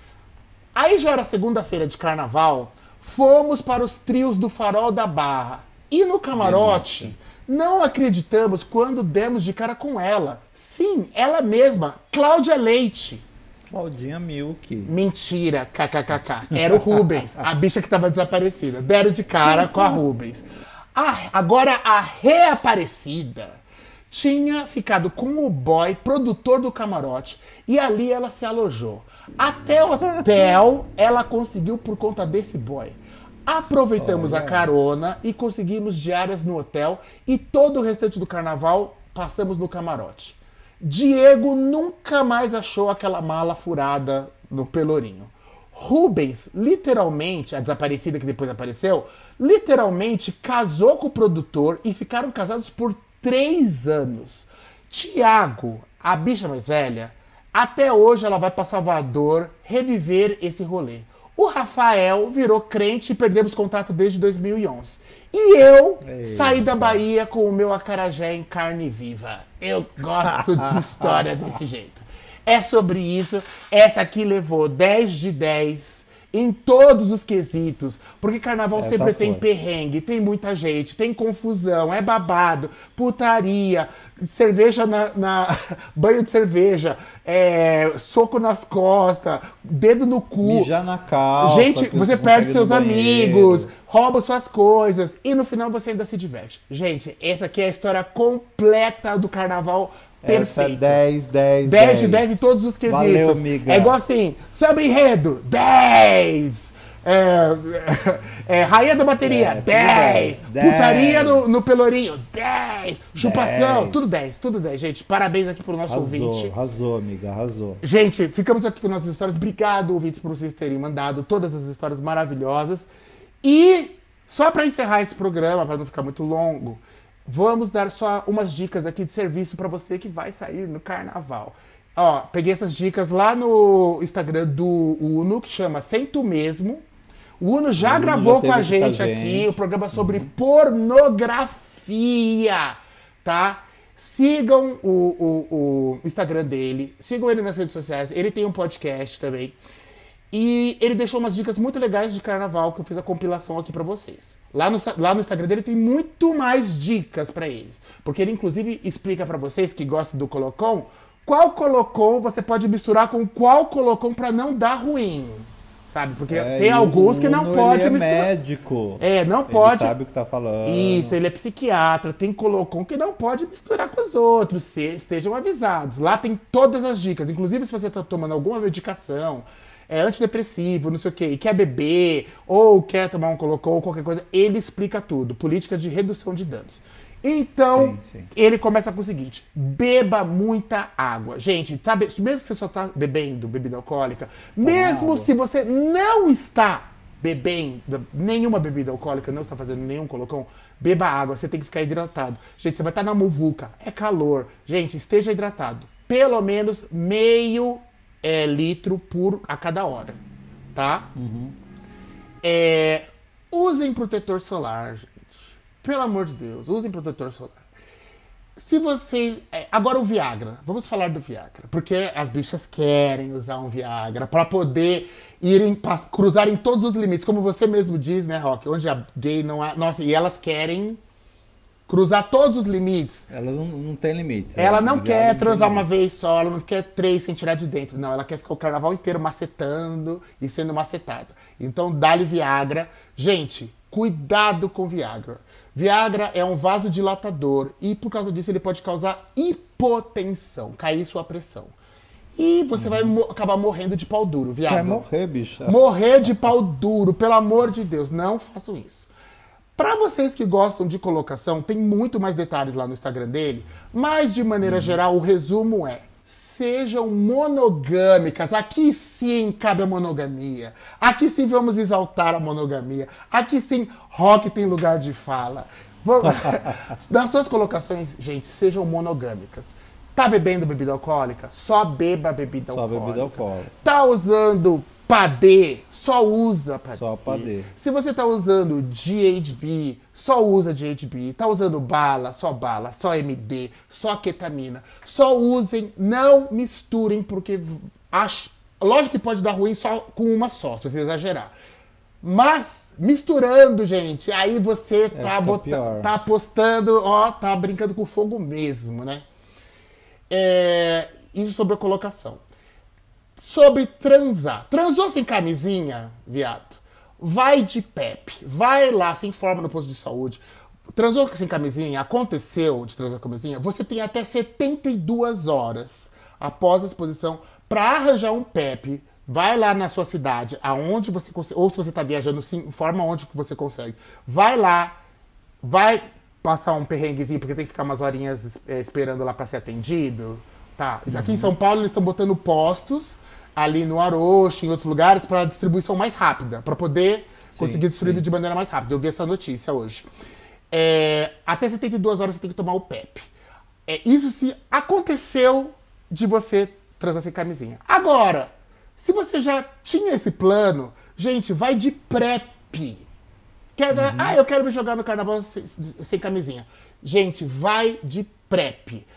Aí já era segunda-feira de carnaval, fomos para os trios do Farol da Barra. E no camarote, não acreditamos quando demos de cara com ela. Sim, ela mesma, Cláudia Leite. Claudinha Milk. Mentira, kkkk. Era o Rubens, a bicha que estava desaparecida. Deram de cara com a Rubens. Agora a reaparecida tinha ficado com o boy, produtor do camarote, e ali ela se alojou. Até hotel ela conseguiu por conta desse boy. Aproveitamos a carona e conseguimos diárias no hotel, e todo o restante do carnaval passamos no camarote. Diego nunca mais achou aquela mala furada no Pelourinho. Rubens, literalmente, a desaparecida que depois apareceu, literalmente casou com o produtor e ficaram casados por 3 anos. Tiago, a bicha mais velha, até hoje ela vai para Salvador reviver esse rolê. O Rafael virou crente e perdemos contato desde 2011. E eu saí da Bahia com o meu acarajé em carne viva. Eu gosto de história desse jeito. É sobre isso. Essa aqui levou 10 de 10 em todos os quesitos. Porque carnaval sempre tem perrengue, tem muita gente, tem confusão, é babado, putaria, cerveja banho de cerveja, soco nas costas, dedo no cu. Mijar na calça. Gente, você perde seus amigos, rouba suas coisas e no final você ainda se diverte. Gente, essa aqui é a história completa do carnaval perfeito. Essa 10 de 10 em todos os quesitos. Valeu, amiga. É igual assim, samba enredo, 10. Rainha da bateria, 10. Putaria no Pelourinho, 10. Chupação, tudo 10, tudo 10. Gente, parabéns aqui pro nosso ouvinte. Arrasou, amiga, arrasou. Gente, ficamos aqui com nossas histórias. Obrigado, ouvintes, por vocês terem mandado todas as histórias maravilhosas. E só para encerrar esse programa, para não ficar muito longo, vamos dar só umas dicas aqui de serviço para você que vai sair no carnaval. Ó, peguei essas dicas lá no Instagram do Uno, que chama Sento Mesmo. O Uno já gravou com a gente aqui o programa sobre pornografia, tá? Sigam o Instagram dele, sigam ele nas redes sociais, ele tem um podcast também. E ele deixou umas dicas muito legais de carnaval que eu fiz a compilação aqui pra vocês. Lá no Instagram dele tem muito mais dicas pra eles. Porque ele inclusive explica pra vocês que gostam do Colocom, qual Colocom você pode misturar com qual Colocom pra não dar ruim. Sabe? Porque tem alguns que não pode misturar. Ele é médico. Não pode. Ele sabe o que tá falando. Isso, ele é psiquiatra. Tem Colocom que não pode misturar com os outros. Estejam avisados. Lá tem todas as dicas. Inclusive, se você tá tomando alguma medicação, antidepressivo, não sei o quê, e quer beber, ou quer tomar um Colocom, ou qualquer coisa, ele explica tudo. Política de redução de danos. Então, ele começa com o seguinte: beba muita água. Gente, sabe, mesmo que você só está bebendo bebida alcoólica, mesmo se você não está bebendo nenhuma bebida alcoólica, não está fazendo nenhum Colocom, beba água, você tem que ficar hidratado. Gente, você vai estar na muvuca, é calor. Gente, esteja hidratado. Pelo menos meio litro a cada hora, tá? Usem protetor solar, gente. Pelo amor de Deus, usem protetor solar. Se vocês... agora o Viagra. Vamos falar do Viagra. Porque as bichas querem usar um Viagra para poder cruzarem todos os limites. Como você mesmo diz, né, Rock? Onde a gay não há... Nossa, e elas querem cruzar todos os limites. Elas não têm limites. Ela não quer Viagra transar tem uma vez só, ela não quer 3 sem tirar de dentro. Não, ela quer ficar o carnaval inteiro macetando e sendo macetada. Então, dá-lhe Viagra. Gente, cuidado com Viagra. Viagra é um vasodilatador e, por causa disso, ele pode causar hipotensão, cair sua pressão. E você vai acabar morrendo de pau duro, viado. Quer morrer, bicha. Morrer de pau duro, pelo amor de Deus, não façam isso. Para vocês que gostam de colocação, tem muito mais detalhes lá no Instagram dele, mas de maneira geral o resumo é: sejam monogâmicas. Aqui sim cabe a monogamia. Aqui sim vamos exaltar a monogamia. Aqui sim rock tem lugar de fala. Nas suas colocações, gente, sejam monogâmicas. Tá bebendo bebida alcoólica? Só beba bebida alcoólica. Só bebida alcoólica. Tá usando padê? Só usa padê. Só padê. Se você tá usando GHB, só usa GHB. Tá usando bala, só MD, só ketamina. Só usem, não misturem, porque lógico que pode dar ruim só com uma só, se você exagerar. Mas, misturando, gente, aí você tá apostando, ó, tá brincando com fogo mesmo, né? Isso sobre a colocação. Sobre transar. Transou sem camisinha, viado? Vai de PEP. Vai lá, se informa no posto de saúde. Transou sem camisinha, aconteceu de transar com camisinha, você tem até 72 horas após a exposição para arranjar um PEP. Vai lá na sua cidade, aonde você consegue, ou se você tá viajando, se informa onde que você consegue. Vai lá, vai passar um perrenguezinho, porque tem que ficar umas horinhas esperando lá para ser atendido. Tá. Aqui em São Paulo eles estão botando postos ali no Arocho, em outros lugares, para distribuição mais rápida, para poder conseguir distribuir de maneira mais rápida. Eu vi essa notícia hoje. Até 72 horas você tem que tomar o PEP. Isso se aconteceu de você transar sem camisinha. Agora, se você já tinha esse plano, gente, vai de PrEP. Eu quero me jogar no carnaval sem camisinha. Gente, vai de PrEP.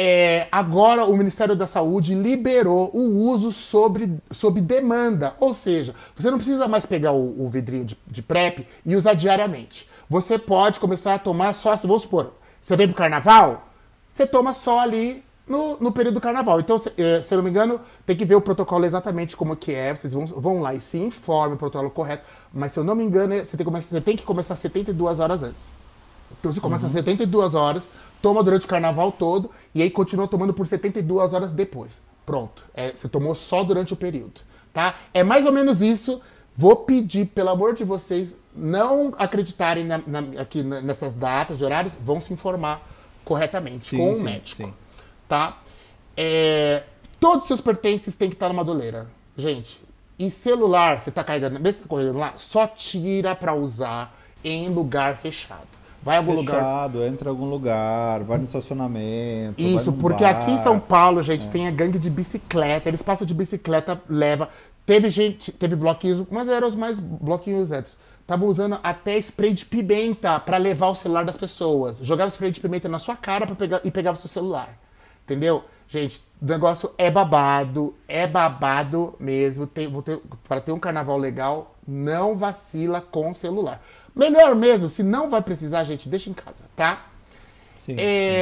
Agora o Ministério da Saúde liberou o uso sob demanda. Ou seja, você não precisa mais pegar o vidrinho de PrEP e usar diariamente. Você pode começar a tomar só, vamos supor, você vem pro carnaval, você toma só ali no período do carnaval. Então, se eu não me engano, tem que ver o protocolo exatamente como que é. Vocês vão lá e se informem o protocolo correto. Mas se eu não me engano, você tem que começar 72 horas antes. Então você começa 72 horas, toma durante o carnaval todo, e aí continua tomando por 72 horas depois. Pronto. Você tomou só durante o período. Tá? É mais ou menos isso. Vou pedir, pelo amor de vocês, não acreditarem aqui nessas datas de horários, vão se informar corretamente com o médico. Sim. Tá? Todos os seus pertences têm que estar numa doleira. Gente, e celular, você tá carregando, mesmo que tá correndo lá, só tira pra usar em lugar fechado. Vai em algum lugar. Entra em algum lugar, vai no estacionamento. Isso, porque bar. Aqui em São Paulo, gente, tem a gangue de bicicleta. Eles passam de bicicleta, leva. Teve bloquinhos, mas eram os mais bloquinhos héteros. Estavam usando até spray de pimenta pra levar o celular das pessoas. Jogava spray de pimenta na sua cara e pegava o seu celular. Entendeu? Gente, o negócio é babado mesmo. Para ter um carnaval legal, não vacila com o celular. Melhor mesmo, se não vai precisar, gente, deixa em casa, tá? Sim.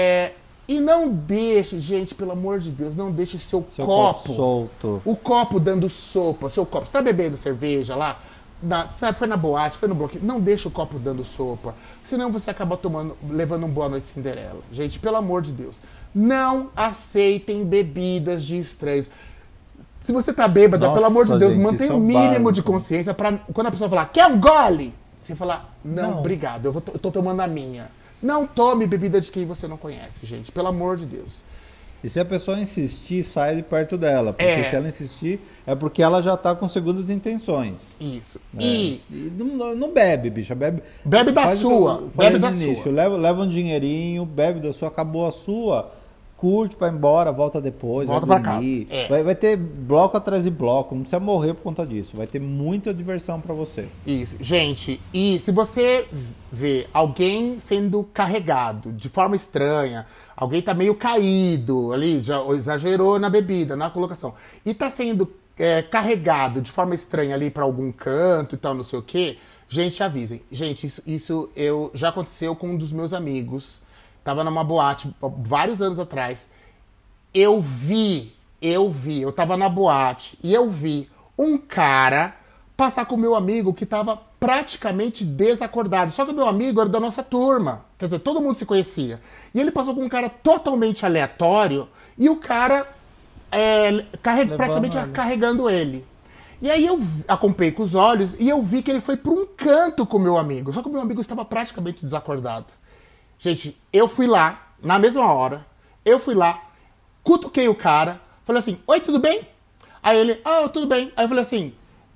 E não deixe, gente, pelo amor de Deus, não deixe seu copo solto. O copo dando sopa, seu copo. Você tá bebendo cerveja lá? Foi na boate, foi no bloqueio. Não deixa o copo dando sopa. Senão você acaba levando um Boa Noite Cinderela. Gente, pelo amor de Deus. Não aceitem bebidas de estranhos. Se você tá bêbada, pelo amor de Deus, mantenha o mínimo de consciência pra quando a pessoa falar, quer um gole? Você falar, não, obrigado, eu tô tomando a minha. Não tome bebida de quem você não conhece, gente. Pelo amor de Deus. E se a pessoa insistir, sai de perto dela. Porque se ela insistir, é porque ela já tá com segundas intenções. Isso. Né? E não bebe, bicha. Bebe da sua. Bebe da sua. Leva um dinheirinho, bebe da sua, acabou a sua. Curte, vai embora, volta depois, volta vai pra dormir. casa. Vai ter bloco atrás de bloco, não precisa morrer por conta disso. Vai ter muita diversão pra você. Isso. Gente, e se você vê alguém sendo carregado de forma estranha, alguém tá meio caído ali, já exagerou na bebida, na colocação, e tá sendo carregado de forma estranha ali pra algum canto e tal, não sei o quê, Gente, avisem. Gente, isso já aconteceu com um dos meus amigos. Tava numa boate vários anos atrás. Eu tava na boate e eu vi um cara passar com o meu amigo que tava praticamente desacordado. Só que o meu amigo era da nossa turma. Quer dizer, todo mundo se conhecia. E ele passou com um cara totalmente aleatório e o cara praticamente carregando ele. E aí eu acompanhei com os olhos e eu vi que ele foi para um canto com o meu amigo. Só que o meu amigo estava praticamente desacordado. Gente, eu fui lá, na mesma hora, cutuquei o cara, falei assim, oi, tudo bem? Aí ele, tudo bem. Aí eu falei assim,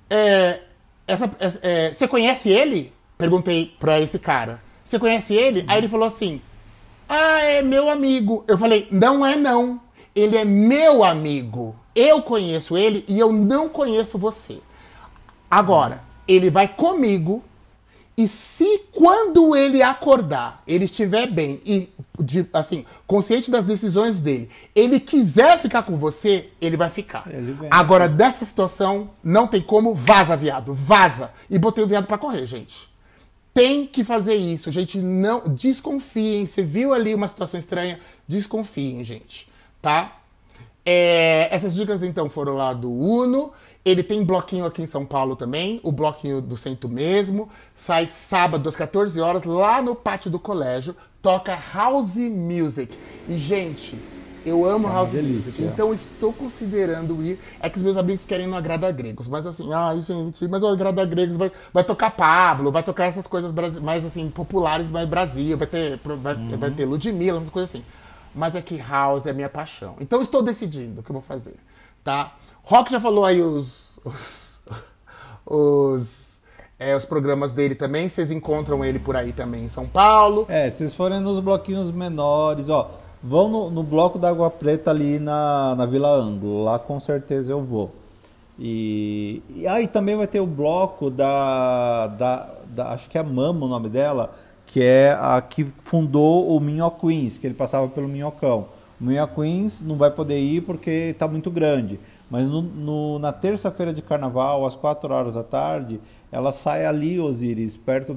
você conhece ele? Perguntei pra esse cara. Você conhece ele? Aí ele falou assim, é meu amigo. Eu falei, não é não. Ele é meu amigo. Eu conheço ele e eu não conheço você. Agora, ele vai comigo e se quando ele acordar, ele estiver bem e, assim, consciente das decisões dele, ele quiser ficar com você, ele vai ficar. Agora, dessa situação, não tem como, vaza, viado, vaza. E botei o viado pra correr, gente. Tem que fazer isso, gente, não desconfiem. Você viu ali uma situação estranha, desconfiem, gente, tá? Essas dicas, então, foram lá do Uno. Ele tem bloquinho aqui em São Paulo também, o bloquinho do Centro mesmo. Sai sábado às 14 horas, lá no pátio do colégio. Toca House Music. E, gente, eu amo House Music, então estou considerando ir. É que os meus amigos querem ir no Agrada Gregos, mas assim, gente, mas o Agrada Gregos vai tocar Pablo, vai tocar essas coisas mais assim, populares, mais Brasil, vai ter Ludmilla, essas coisas assim. Mas é que House é minha paixão. Então estou decidindo o que eu vou fazer, tá? Rock já falou aí os programas dele também. Vocês encontram ele por aí também em São Paulo. Se vocês forem nos bloquinhos menores, vão no bloco da Água Preta ali na Vila Ângulo. Lá com certeza eu vou. E aí também vai ter o bloco da acho que é a Mama o nome dela, que é a que fundou o Minhoca Queens, que ele passava pelo Minhocão. O Minhoca Queens não vai poder ir porque está muito grande. Mas na terça-feira de carnaval, às 4 horas da tarde, ela sai ali, Osiris, perto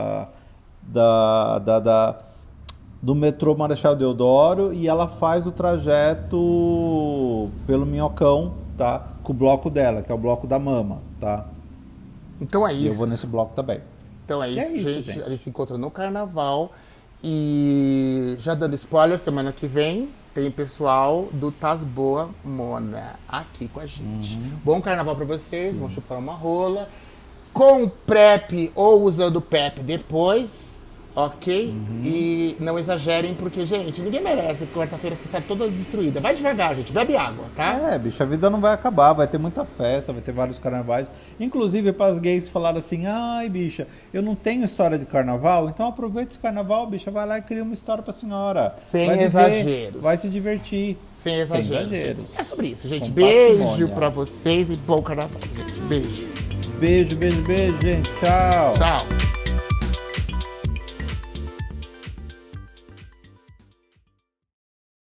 do metrô Marechal Deodoro, e ela faz o trajeto pelo Minhocão, tá? Com o bloco dela, que é o bloco da Mama, tá? Então é isso. E eu vou nesse bloco também. Então é isso, gente. A gente se encontra no carnaval. E já dando spoiler, semana que vem tem pessoal do Tasboa Mona aqui com a gente. Bom carnaval pra vocês, vão chupar uma rola. Com PrEP ou usando PEP depois, ok? E não exagerem, porque, gente, ninguém merece quarta-feira você estar toda destruída. Vai devagar, gente, bebe água, tá? Bicho, a vida não vai acabar, vai ter muita festa, vai ter vários carnavais. Inclusive, para as gays falaram assim, ai, bicha, eu não tenho história de carnaval, então aproveita esse carnaval, bicha, vai lá e cria uma história pra senhora. Sem exageros. Vai se divertir. Sem exageros. É sobre isso, gente. Com beijo parcimônia pra vocês e bom carnaval, gente. Beijo. Beijo, gente. Tchau. Tchau.